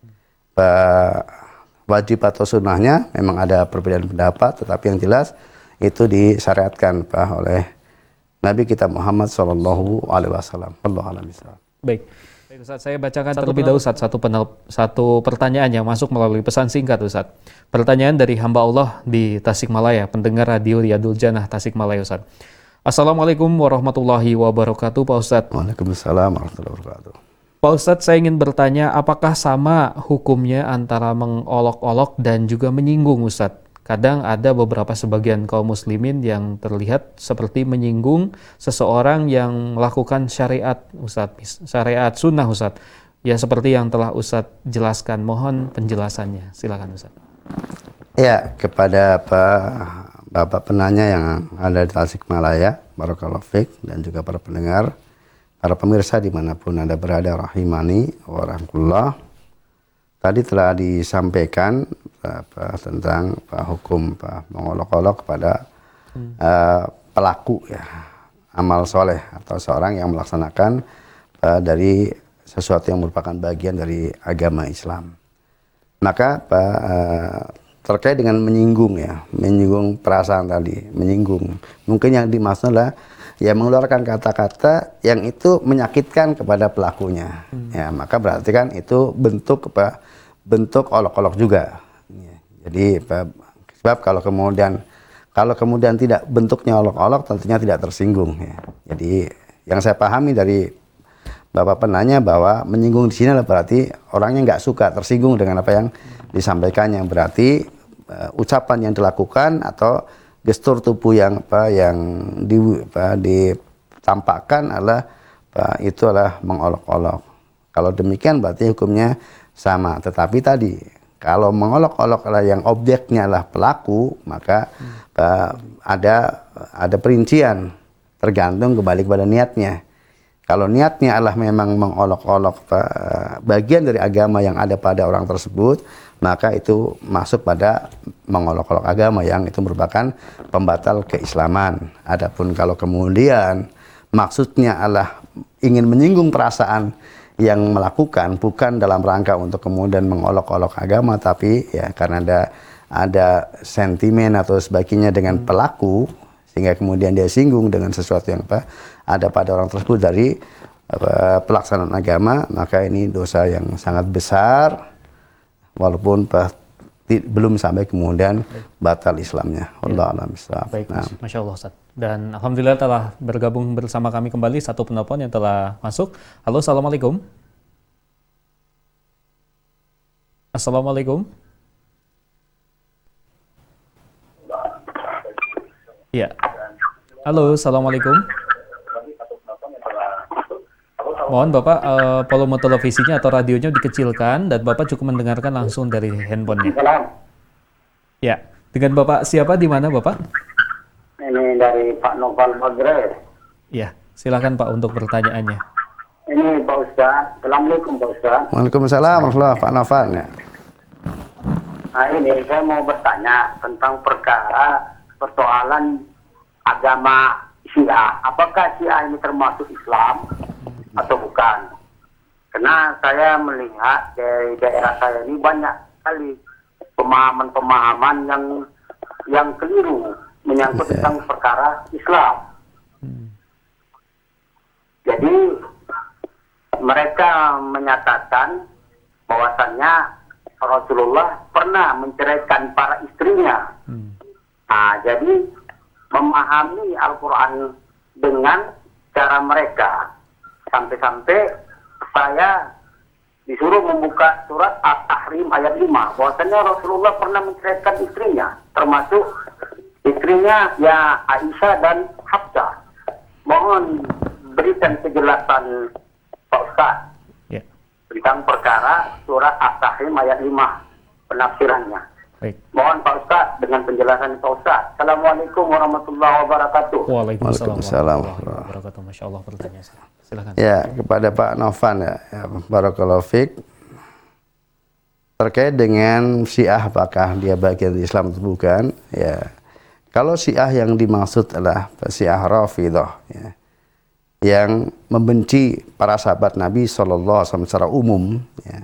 uh, wajib atau sunnahnya memang ada perbedaan pendapat, tetapi yang jelas itu disyariatkan uh, oleh Nabi kita Muhammad sallallahu alaihi wasallam. Allahu a'lam bishawab. Baik. Baik Ustaz, saya bacakan satu terlebih dahulu Ustaz, satu, penel, satu pertanyaan yang masuk melalui pesan singkat Ustaz. Pertanyaan dari hamba Allah di Tasikmalaya, pendengar radio Riyadul Jannah Tasikmalaya Ustaz. Assalamualaikum warahmatullahi wabarakatuh Pak Ustaz. Waalaikumsalam warahmatullahi wabarakatuh. Pak Ustadz, saya ingin bertanya, apakah sama hukumnya antara mengolok-olok dan juga menyinggung Ustadz? Kadang ada beberapa sebagian kaum muslimin yang terlihat seperti menyinggung seseorang yang melakukan syariat Ustadz, syariat sunnah Ustadz. Ya seperti yang telah Ustadz jelaskan, mohon penjelasannya. Silakan Ustadz. Ya, kepada Pak Bapak penanya yang ada di Tasikmalaya, barakallahu fiik, dan juga para pendengar, para pemirsa dimanapun Anda berada, rahimani wa rahmatullah. Tadi telah disampaikan apa, tentang apa, hukum apa, mengolok-olok kepada hmm. uh, pelaku ya amal soleh atau seorang yang melaksanakan uh, dari sesuatu yang merupakan bagian dari agama Islam. Maka apa, uh, terkait dengan menyinggung ya, menyinggung perasaan tadi, menyinggung. Mungkin yang dimaksud adalah ya mengeluarkan kata-kata yang itu menyakitkan kepada pelakunya. Hmm. Ya, maka berarti kan itu bentuk apa? Bentuk olok-olok juga. Ya, jadi sebab kalau kemudian kalau kemudian tidak bentuknya olok-olok, tentunya tidak tersinggung. Ya. Jadi yang saya pahami dari Bapak penanya bahwa menyinggung di sini adalah berarti orangnya nggak suka, tersinggung dengan apa yang disampaikannya. Berarti uh, ucapan yang dilakukan atau gestur tubuh yang apa yang di, apa, ditampakkan adalah apa, itu adalah mengolok-olok. Kalau demikian berarti hukumnya sama. Tetapi tadi kalau mengolok-olok adalah yang objeknya adalah pelaku, maka hmm. uh, ada ada perincian tergantung kembali kepada niatnya. Kalau niatnya adalah memang mengolok-olok uh, bagian dari agama yang ada pada orang tersebut, maka itu masuk pada mengolok-olok agama yang itu merupakan pembatal keislaman. Adapun kalau kemudian maksudnya adalah ingin menyinggung perasaan yang melakukan, bukan dalam rangka untuk kemudian mengolok-olok agama, tapi ya karena ada ada sentimen atau sebagainya dengan pelaku, sehingga kemudian dia singgung dengan sesuatu yang apa ada pada orang tersebut dari apa, pelaksanaan agama, maka ini dosa yang sangat besar. Walaupun bah, ti, belum sampai kemudian batal Islamnya. Allah alam bisawab. Baik, nah. Masya Allah Ustaz. Dan Alhamdulillah telah bergabung bersama kami kembali satu penelpon yang telah masuk. Halo, Assalamualaikum. Assalamualaikum. Ya. Halo, Assalamualaikum. Mohon Bapak uh, volume televisinya atau radionya dikecilkan dan Bapak cukup mendengarkan langsung dari handphonenya. Ya, dengan Bapak siapa di mana Bapak? Ini dari Pak Noval Maghreb. Ya, silakan Pak untuk pertanyaannya. Ini Pak Ustaz. Assalamualaikum Pak Ustaz. Waalaikumsalam warahmatullahi Pak Noval. Ya. Nah ini saya mau bertanya tentang perkara persoalan agama Syiah. Apakah Syiah ini termasuk Islam atau bukan? Karena saya melihat dari daerah saya ini banyak sekali pemahaman-pemahaman yang yang keliru menyangkut yeah. tentang perkara Islam. Hmm. Jadi mereka menyatakan bahwasannya Rasulullah pernah menceraikan para istrinya. Hmm. Nah, jadi memahami Al-Quran dengan cara mereka. Sampai-sampai saya disuruh membuka surat At-Tahrim ayat lima. Bahwasanya Rasulullah pernah menceraikan istrinya, termasuk istrinya ya Aisyah dan Hafsah. Mohon berikan kejelasan Pak Ustaz Ya. tentang perkara surat At-Tahrim ayat lima, penafsirannya. Baik. Mohon Pak Ustaz dengan penjelasan Pak Ustaz. Assalamualaikum warahmatullahi wabarakatuh. Waalaikumsalam Waalaikumsalam. warahmatullahi wabarakatuh. Masya Allah pertanyaan saya. Silakan. Ya, kepada Pak Novan ya, ya barakallahu fiik. Terkait dengan Syiah, apakah dia bagian dari Islam atau bukan? Ya, kalau Syiah yang dimaksud adalah Syiah Rafidhah, ya, yang membenci para sahabat Nabi shallallahu alaihi wasallam secara umum, ya.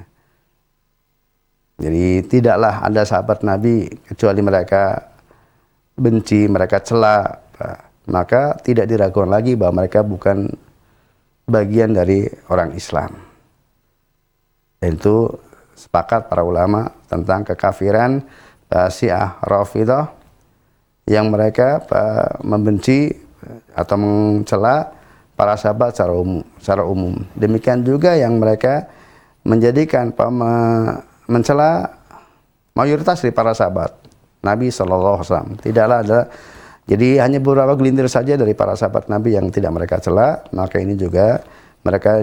Jadi tidaklah ada sahabat Nabi kecuali mereka benci, mereka cela, maka tidak diragukan lagi bahwa mereka bukan bagian dari orang Islam. Dan itu sepakat para ulama tentang kekafiran uh, Syiah Rafidhah yang mereka uh, membenci atau mencela para sahabat secara umum, secara umum. Demikian juga yang mereka menjadikan uh, mencela mayoritas dari para sahabat Nabi shallallahu alaihi wasallam. Tidaklah ada, jadi hanya beberapa gelintir saja dari para sahabat Nabi yang tidak mereka cela, maka ini juga mereka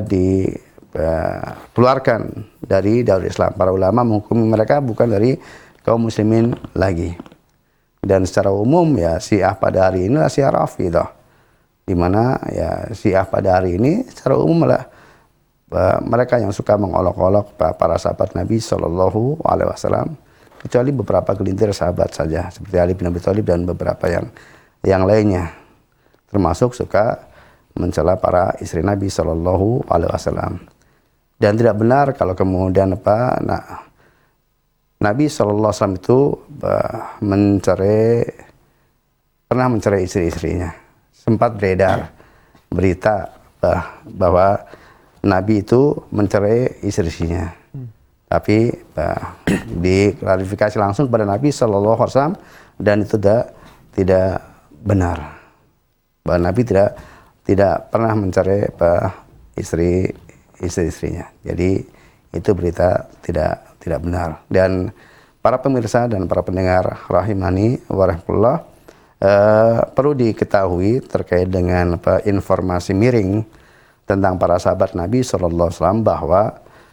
dikeluarkan uh, dari Darul Islam. Para ulama menghukumi mereka bukan dari kaum muslimin lagi. Dan secara umum ya Syiah pada hari ini adalah Syiah Rafidhah, di mana ya Syiah pada hari ini secara umum adalah mereka yang suka mengolok-olok para sahabat Nabi shallallahu alaihi wasallam, kecuali beberapa gelintir sahabat saja seperti Ali bin Abi Thalib dan beberapa yang yang lainnya, termasuk suka mencela para istri Nabi shallallahu alaihi wasallam. Dan tidak benar kalau kemudian apa nah, Nabi shallallahu alaihi wasallam itu uh, mencerai pernah mencerai istri-istrinya. Sempat beredar berita bah, bahwa Nabi itu mencerai istri-istrinya. Hmm. Tapi bah, diklarifikasi langsung kepada Nabi shallallahu alaihi wasallam dan itu tidak tidak benar. Bahwa Nabi tidak tidak pernah mencerai bah, istri istri-istrinya. Jadi itu berita tidak tidak benar. Dan para pemirsa dan para pendengar rahimani wa rahmatullah, eh, perlu diketahui terkait dengan apa, informasi miring tentang para sahabat Nabi shallallahu alaihi wasallam bahwa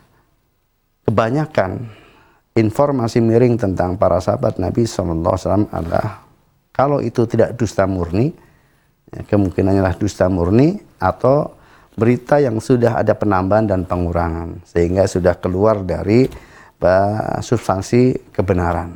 kebanyakan informasi miring tentang para sahabat Nabi shallallahu alaihi wasallam adalah kalau itu tidak dusta murni, ya, kemungkinannya adalah dusta murni atau berita yang sudah ada penambahan dan pengurangan sehingga sudah keluar dari uh, substansi kebenaran.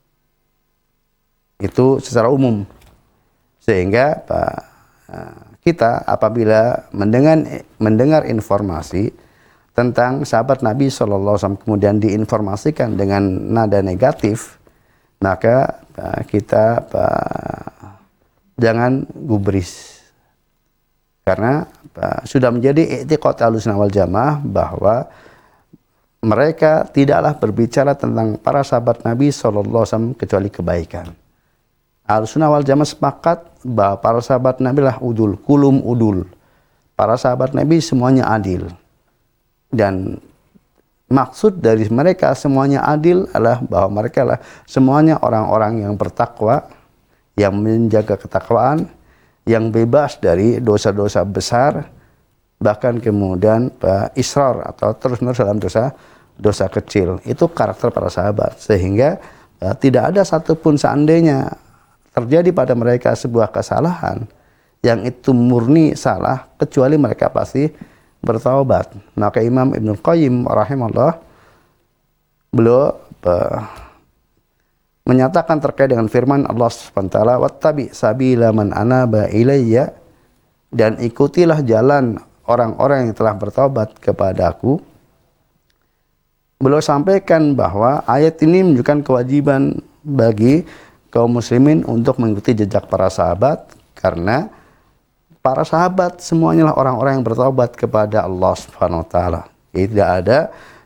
Itu secara umum. Sehingga uh, kita apabila mendengar mendengar informasi tentang sahabat Nabi shallallahu alaihi wasallam kemudian diinformasikan dengan nada negatif, maka uh, kita uh, jangan gubris. Karena uh, sudah menjadi i'tiqad Ahlussunnah wal Jamaah bahwa mereka tidaklah berbicara tentang para sahabat Nabi shallallahu alaihi wasallam kecuali kebaikan. Ahlussunnah wal Jamaah sepakat bahwa para sahabat Nabi lah udul, kulum udul. Para sahabat Nabi semuanya adil. Dan maksud dari mereka semuanya adil adalah bahwa mereka lah semuanya orang-orang yang bertakwa, yang menjaga ketakwaan, yang bebas dari dosa-dosa besar, bahkan kemudian uh, israr atau terus-menerus dalam dosa dosa kecil. Itu karakter para sahabat. Sehingga uh, tidak ada satupun seandainya terjadi pada mereka sebuah kesalahan yang itu murni salah, kecuali mereka pasti bertaubat. Maka Imam Ibnu Qayyim rahimahullah beliau uh, menyatakan terkait dengan firman Allah Subhanahu wa taala, wattabi sabila man anaba ilayya, dan ikutilah jalan orang-orang yang telah bertaubat kepadaku. Beliau sampaikan bahwa ayat ini menunjukkan kewajiban bagi kaum muslimin untuk mengikuti jejak para sahabat, karena para sahabat semuanya lah orang-orang yang bertaubat kepada Allah Subhanahu wa taala. Tidak ada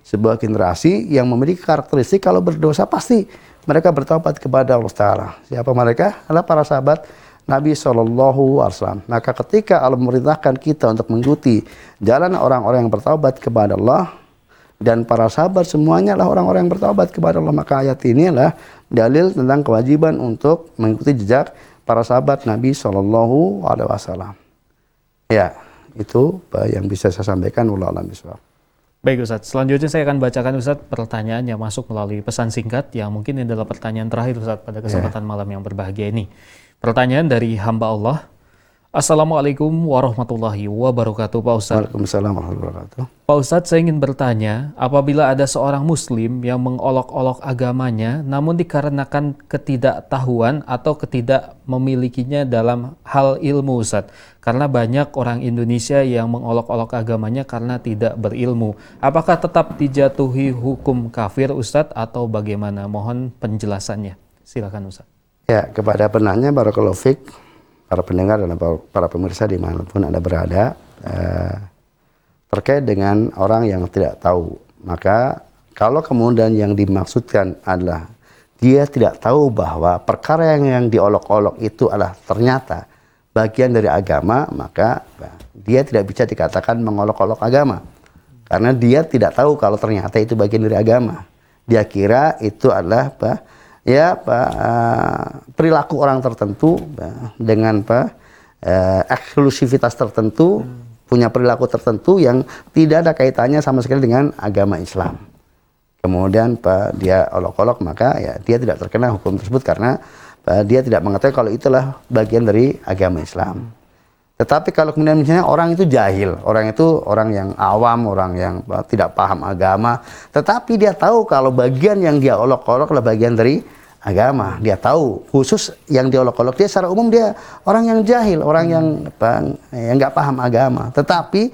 sebuah generasi yang memiliki karakteristik kalau berdosa pasti mereka bertaubat kepada Allah Ta'ala. Siapa mereka? Adalah para sahabat Nabi shallallahu alaihi wasallam. Maka ketika Allah memerintahkan kita untuk mengikuti jalan orang-orang yang bertaubat kepada Allah, dan para sahabat semuanya adalah orang-orang yang bertaubat kepada Allah, maka ayat ini adalah dalil tentang kewajiban untuk mengikuti jejak para sahabat Nabi shallallahu alaihi wasallam. Ya, itu yang bisa saya sampaikan. Wallahu a'lam bishawab. Baik Ustadz, selanjutnya saya akan bacakan Ustadz pertanyaan yang masuk melalui pesan singkat yang mungkin ini adalah pertanyaan terakhir Ustadz pada kesempatan yeah. malam yang berbahagia ini. Pertanyaan dari hamba Allah. Assalamualaikum warahmatullahi wabarakatuh Pak Ustadz. Waalaikumsalam warahmatullahi wabarakatuh. Pak Ustadz, saya ingin bertanya, apabila ada seorang muslim yang mengolok-olok agamanya namun dikarenakan ketidaktahuan atau tidak memilikinya dalam hal ilmu Ustadz, karena banyak orang Indonesia yang mengolok-olok agamanya karena tidak berilmu, apakah tetap dijatuhi hukum kafir Ustadz atau bagaimana? Mohon penjelasannya. Silakan Ustadz. Ya, kepada penanya barakallahu fiik, para pendengar dan para pemirsa dimanapun Anda berada, eh, terkait dengan orang yang tidak tahu, maka kalau kemudian yang dimaksudkan adalah dia tidak tahu bahwa perkara yang, yang diolok-olok itu adalah ternyata bagian dari agama, maka dia tidak bisa dikatakan mengolok-olok agama, karena dia tidak tahu kalau ternyata itu bagian dari agama. Dia kira itu adalah apa? Ya, Pak, uh, perilaku orang tertentu uh, dengan Pak uh, eksklusivitas tertentu, hmm. punya perilaku tertentu yang tidak ada kaitannya sama sekali dengan agama Islam. Kemudian Pak dia olok-olok, maka ya dia tidak terkena hukum tersebut karena Pak, dia tidak mengetahui kalau itulah bagian dari agama Islam. Hmm. Tetapi kalau kemudian misalnya orang itu jahil, orang itu orang yang awam, orang yang uh, tidak paham agama, tetapi dia tahu kalau bagian yang dia olok-olok adalah bagian dari agama, dia tahu, khusus yang diolok-olok dia secara umum dia orang yang jahil, orang yang apa, yang nggak paham agama, tetapi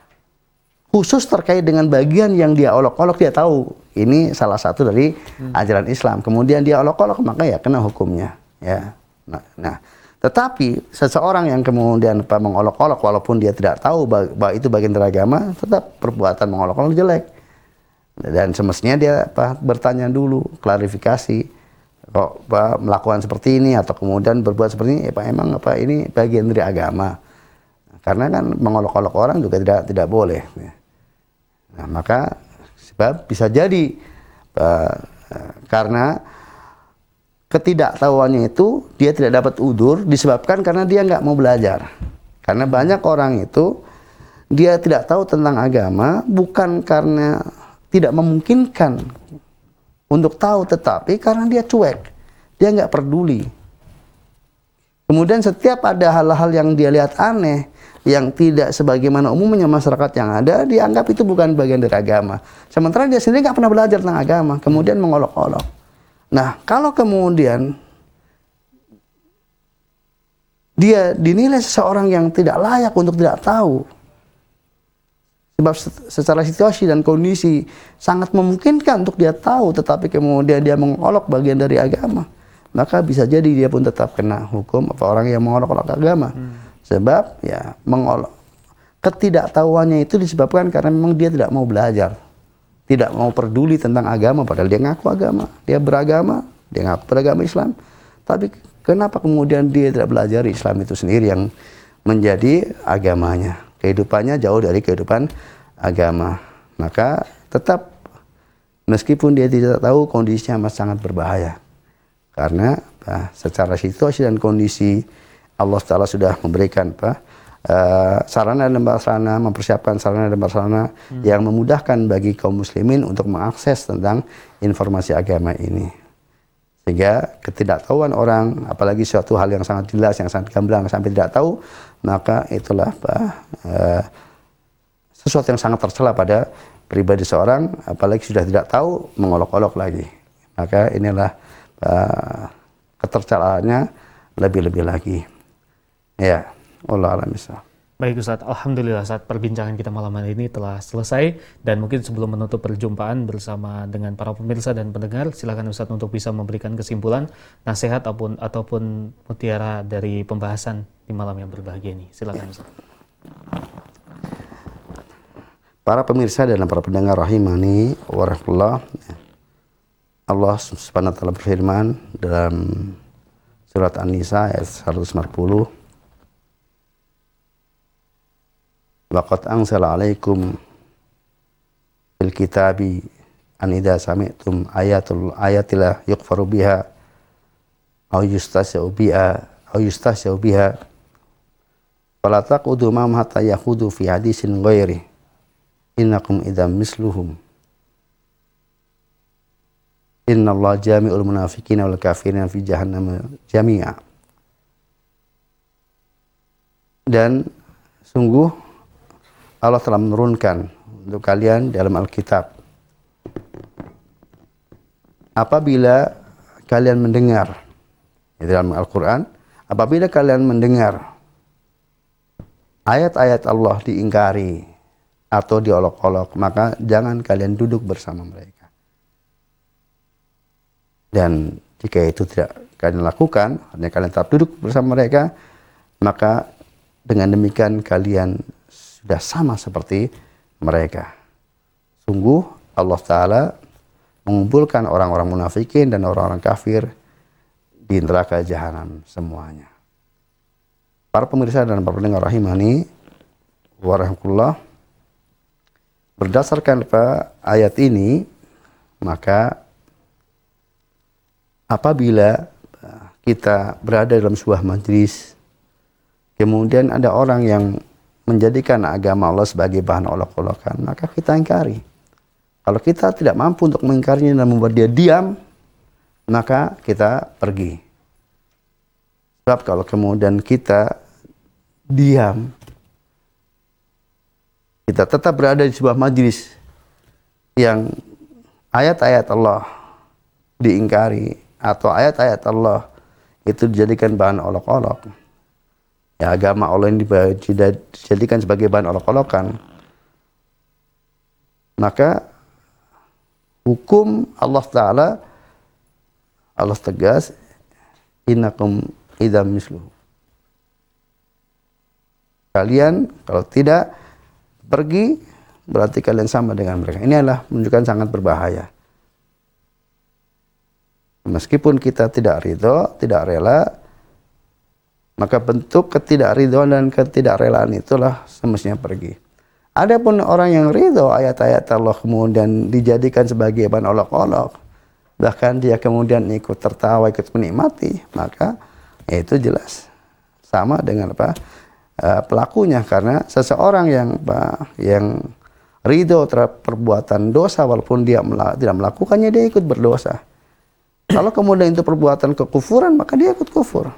khusus terkait dengan bagian yang dia olok-olok dia tahu ini salah satu dari hmm. ajaran Islam, kemudian dia olok-olok maka ya kena hukumnya, ya. Nah, nah tetapi seseorang yang kemudian apa, mengolok-olok walaupun dia tidak tahu bahwa itu bagian dari agama, tetap perbuatan mengolok-olok jelek, dan semestinya dia apa, bertanya dulu, klarifikasi. Kok Pak melakukan seperti ini atau kemudian berbuat seperti ini, ya Pak emang apa ini bagian dari agama? Karena kan mengolok-olok orang juga tidak tidak boleh. Nah, maka sebab bisa jadi uh, karena ketidaktahuannya itu dia tidak dapat udzur disebabkan karena dia nggak mau belajar. Karena banyak orang itu dia tidak tahu tentang agama bukan karena tidak memungkinkan untuk tahu, tetapi karena dia cuek, dia nggak peduli. Kemudian setiap ada hal-hal yang dia lihat aneh, yang tidak sebagaimana umumnya masyarakat yang ada, dianggap itu bukan bagian dari agama. Sementara dia sendiri nggak pernah belajar tentang agama, kemudian mengolok-olok. Nah, kalau kemudian dia dinilai seseorang yang tidak layak untuk tidak tahu, sebab secara situasi dan kondisi sangat memungkinkan untuk dia tahu, tetapi kemudian dia mengolok bagian dari agama, maka bisa jadi dia pun tetap kena hukum apa orang yang mengolok-olok agama. Hmm. Sebab ya mengolok, ketidaktahuannya itu disebabkan karena memang dia tidak mau belajar, tidak mau peduli tentang agama, padahal dia ngaku agama, dia beragama, dia ngaku beragama Islam, tapi kenapa kemudian dia tidak belajar Islam itu sendiri yang menjadi agamanya? Kehidupannya jauh dari kehidupan agama, maka tetap meskipun dia tidak tahu kondisinya masih sangat berbahaya, karena bah, secara situasi dan kondisi Allah Ta'ala sudah memberikan bah, uh, sarana dan prasarana, mempersiapkan sarana dan prasarana hmm. yang memudahkan bagi kaum muslimin untuk mengakses tentang informasi agama ini, sehingga ketidaktahuan orang, apalagi suatu hal yang sangat jelas, yang sangat gamblang sampai tidak tahu, maka itulah bah, uh, sesuatu yang sangat tercela pada pribadi seorang, apalagi sudah tidak tahu mengolok-olok lagi, maka inilah uh, ketercelaannya lebih-lebih lagi. Ya, Allah a'lam bishawab. Baik Ustadz, Alhamdulillah saat perbincangan kita malam hari ini telah selesai, dan mungkin sebelum menutup perjumpaan bersama dengan para pemirsa dan pendengar, silakan Ustadz untuk bisa memberikan kesimpulan, nasihat ataupun ataupun mutiara dari pembahasan di malam yang berbahagia ini. Silakan Ustadz. Para pemirsa dan para pendengar rahimani wa rahmatullah. Allah Subhanahu wa taala berfirman dalam surat An-Nisa ayat seratus empat puluh. Wa qad anzala 'alaikum fil kitabi an idza sami'tum ayatul ayatillah yukfaru biha aw yustahza'u biha aw yustahza'u biha fala taqudu ma'hum hatta yakhudu fi hadisin ghairi innakum idzam misluhum innallaha jami'ul munafiqina wal kafirina fi jahannam jami'a. Dan sungguh Allah telah menurunkan untuk kalian dalam Alkitab, apabila kalian mendengar, dalam Al-Quran, apabila kalian mendengar ayat-ayat Allah diingkari atau diolok-olok, maka jangan kalian duduk bersama mereka. Dan jika itu tidak kalian lakukan, artinya kalian tetap duduk bersama mereka, maka dengan demikian kalian sudah sama seperti mereka. Sungguh Allah Ta'ala mengumpulkan orang-orang munafikin dan orang-orang kafir di neraka jahanam semuanya. Para pemirsa dan para pendengar rahimani wa rahmatullah, berdasarkan apa ayat ini, maka apabila kita berada dalam sebuah majlis, kemudian ada orang yang menjadikan agama Allah sebagai bahan olok-olokan, maka kita ingkari. Kalau kita tidak mampu untuk mengingkarinya dan membuat dia diam, maka kita pergi. Sebab kalau kemudian kita diam, kita tetap berada di sebuah majlis yang ayat-ayat Allah diingkari atau ayat-ayat Allah itu dijadikan bahan olok-olok, ya, agama Allah ini dijadikan sebagai bahan olok-olokan, maka hukum Allah Ta'ala, Allah tegas, innakum idzam misluhu. Kalian kalau tidak pergi, berarti kalian sama dengan mereka. Ini adalah menunjukkan sangat berbahaya. Meskipun kita tidak ridho, tidak rela, maka bentuk ketidakridhoan dan ketidakrelaan itulah semestinya pergi. Adapun orang yang ridho ayat-ayat Allah kemudian dijadikan sebagai bahan olok-olok, bahkan dia kemudian ikut tertawa, ikut menikmati, maka ya itu jelas sama dengan apa? Uh, pelakunya, karena seseorang yang uh, yang ridho terhadap perbuatan dosa walaupun dia mela tidak melakukannya, dia ikut berdosa. Kalau kemudian itu perbuatan kekufuran, maka dia ikut kufur.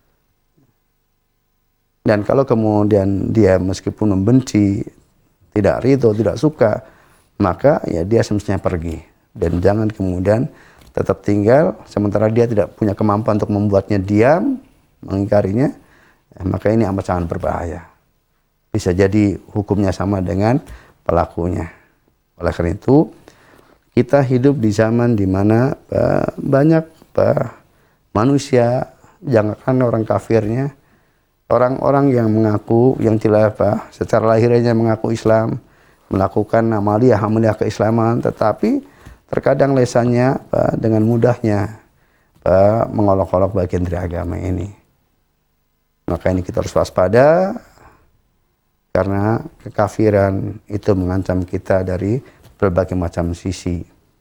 Dan kalau kemudian dia meskipun membenci, tidak ridho, tidak suka, maka ya dia semestinya pergi. Dan jangan kemudian tetap tinggal sementara dia tidak punya kemampuan untuk membuatnya diam, mengingkarinya. Ya, maka ini amat sangat berbahaya. Bisa jadi hukumnya sama dengan pelakunya. Oleh karena itu, kita hidup di zaman di mana uh, banyak uh, manusia, jangankan orang kafirnya, orang-orang yang mengaku, yang tidak apa, secara lahirnya mengaku Islam, melakukan amaliyah-amaliyah keislaman, tetapi terkadang lesannya uh, dengan mudahnya uh, mengolok-olok bagian dari agama ini. Maka ini kita harus waspada, karena kekafiran itu mengancam kita dari berbagai macam sisi.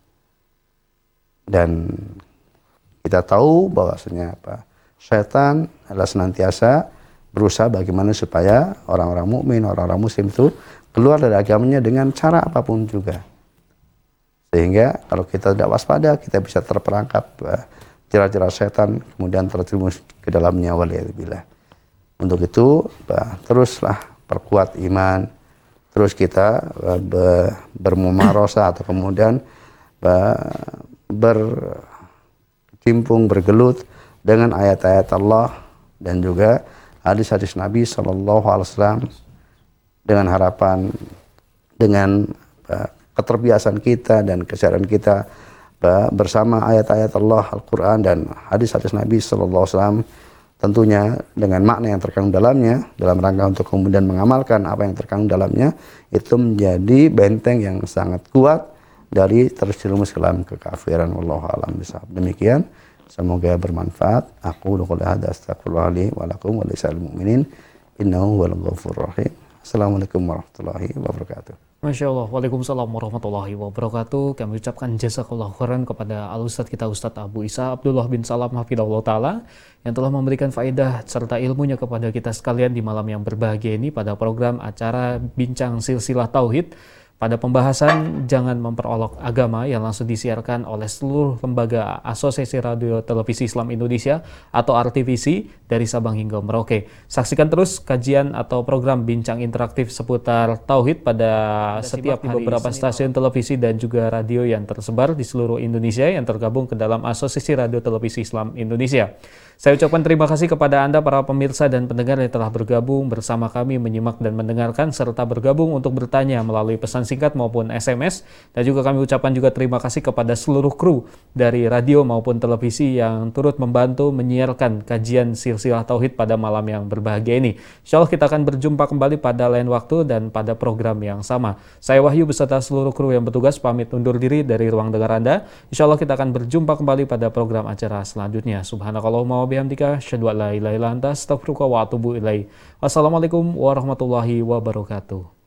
Dan kita tahu bahwasanya apa? Setan adalah senantiasa berusaha bagaimana supaya orang-orang mukmin, orang-orang muslim itu keluar dari agamanya dengan cara apapun juga. Sehingga kalau kita tidak waspada, kita bisa terperangkap uh, jerat-jerat setan, kemudian terjerumus ke dalamnya, waliyadzubillah. Untuk itu, bah, teruslah perkuat iman, terus kita bah, be, bermumarosah atau kemudian bah, bercimpung, bergelut dengan ayat-ayat Allah dan juga hadis-hadis Nabi Shallallahu Alaihi Wasallam, dengan harapan, dengan bah, keterbiasaan kita dan kesadaran kita bah, bersama ayat-ayat Allah, Al-Quran dan hadis-hadis Nabi Shallallahu Alaihi Wasallam, tentunya dengan makna yang terkandung dalamnya, dalam rangka untuk kemudian mengamalkan apa yang terkandung dalamnya, itu menjadi benteng yang sangat kuat dari terjerumus ke dalam kekafiran. Wallahu a'lam bishawab. Demikian, semoga bermanfaat. Aku qouli hadza astaghfirullah li wa lakum wa lisa'il mu'minin innahu huwal ghafurur rahim. Assalamualaikum warahmatullahi wabarakatuh. Masya Allah, Waalaikumsalam warahmatullahi wabarakatuh. Kami ucapkan jazakallah khairan kepada Al-Ustadz kita, Ustadz Abu Isa Abdullah bin Salam hafidhahullah ta'ala, yang telah memberikan faedah serta ilmunya kepada kita sekalian di malam yang berbahagia ini pada program acara Bincang Silsilah Tauhid, pada pembahasan Jangan Memperolok Agama yang langsung disiarkan oleh seluruh lembaga Asosiasi Radio Televisi Islam Indonesia atau R T V C dari Sabang hingga Merauke. Saksikan terus kajian atau program bincang interaktif seputar Tauhid pada setiap hari beberapa stasiun televisi dan juga radio yang tersebar di seluruh Indonesia yang tergabung ke dalam Asosiasi Radio Televisi Islam Indonesia. Saya ucapkan terima kasih kepada Anda para pemirsa dan pendengar yang telah bergabung bersama kami menyimak dan mendengarkan serta bergabung untuk bertanya melalui pesan singkat maupun S M S, dan juga kami ucapkan juga terima kasih kepada seluruh kru dari radio maupun televisi yang turut membantu menyiarkan kajian silsilah tauhid pada malam yang berbahagia ini. Insya Allah kita akan berjumpa kembali pada lain waktu dan pada program yang sama. Saya Wahyu beserta seluruh kru yang bertugas pamit undur diri dari ruang dengar Anda. Insya Allah kita akan berjumpa kembali pada program acara selanjutnya. Subhanakallahumma wa bihamdika asyhadu an la ilaha illa anta astaghfiruka wa atubu ilaik. Wassalamualaikum warahmatullahi wabarakatuh.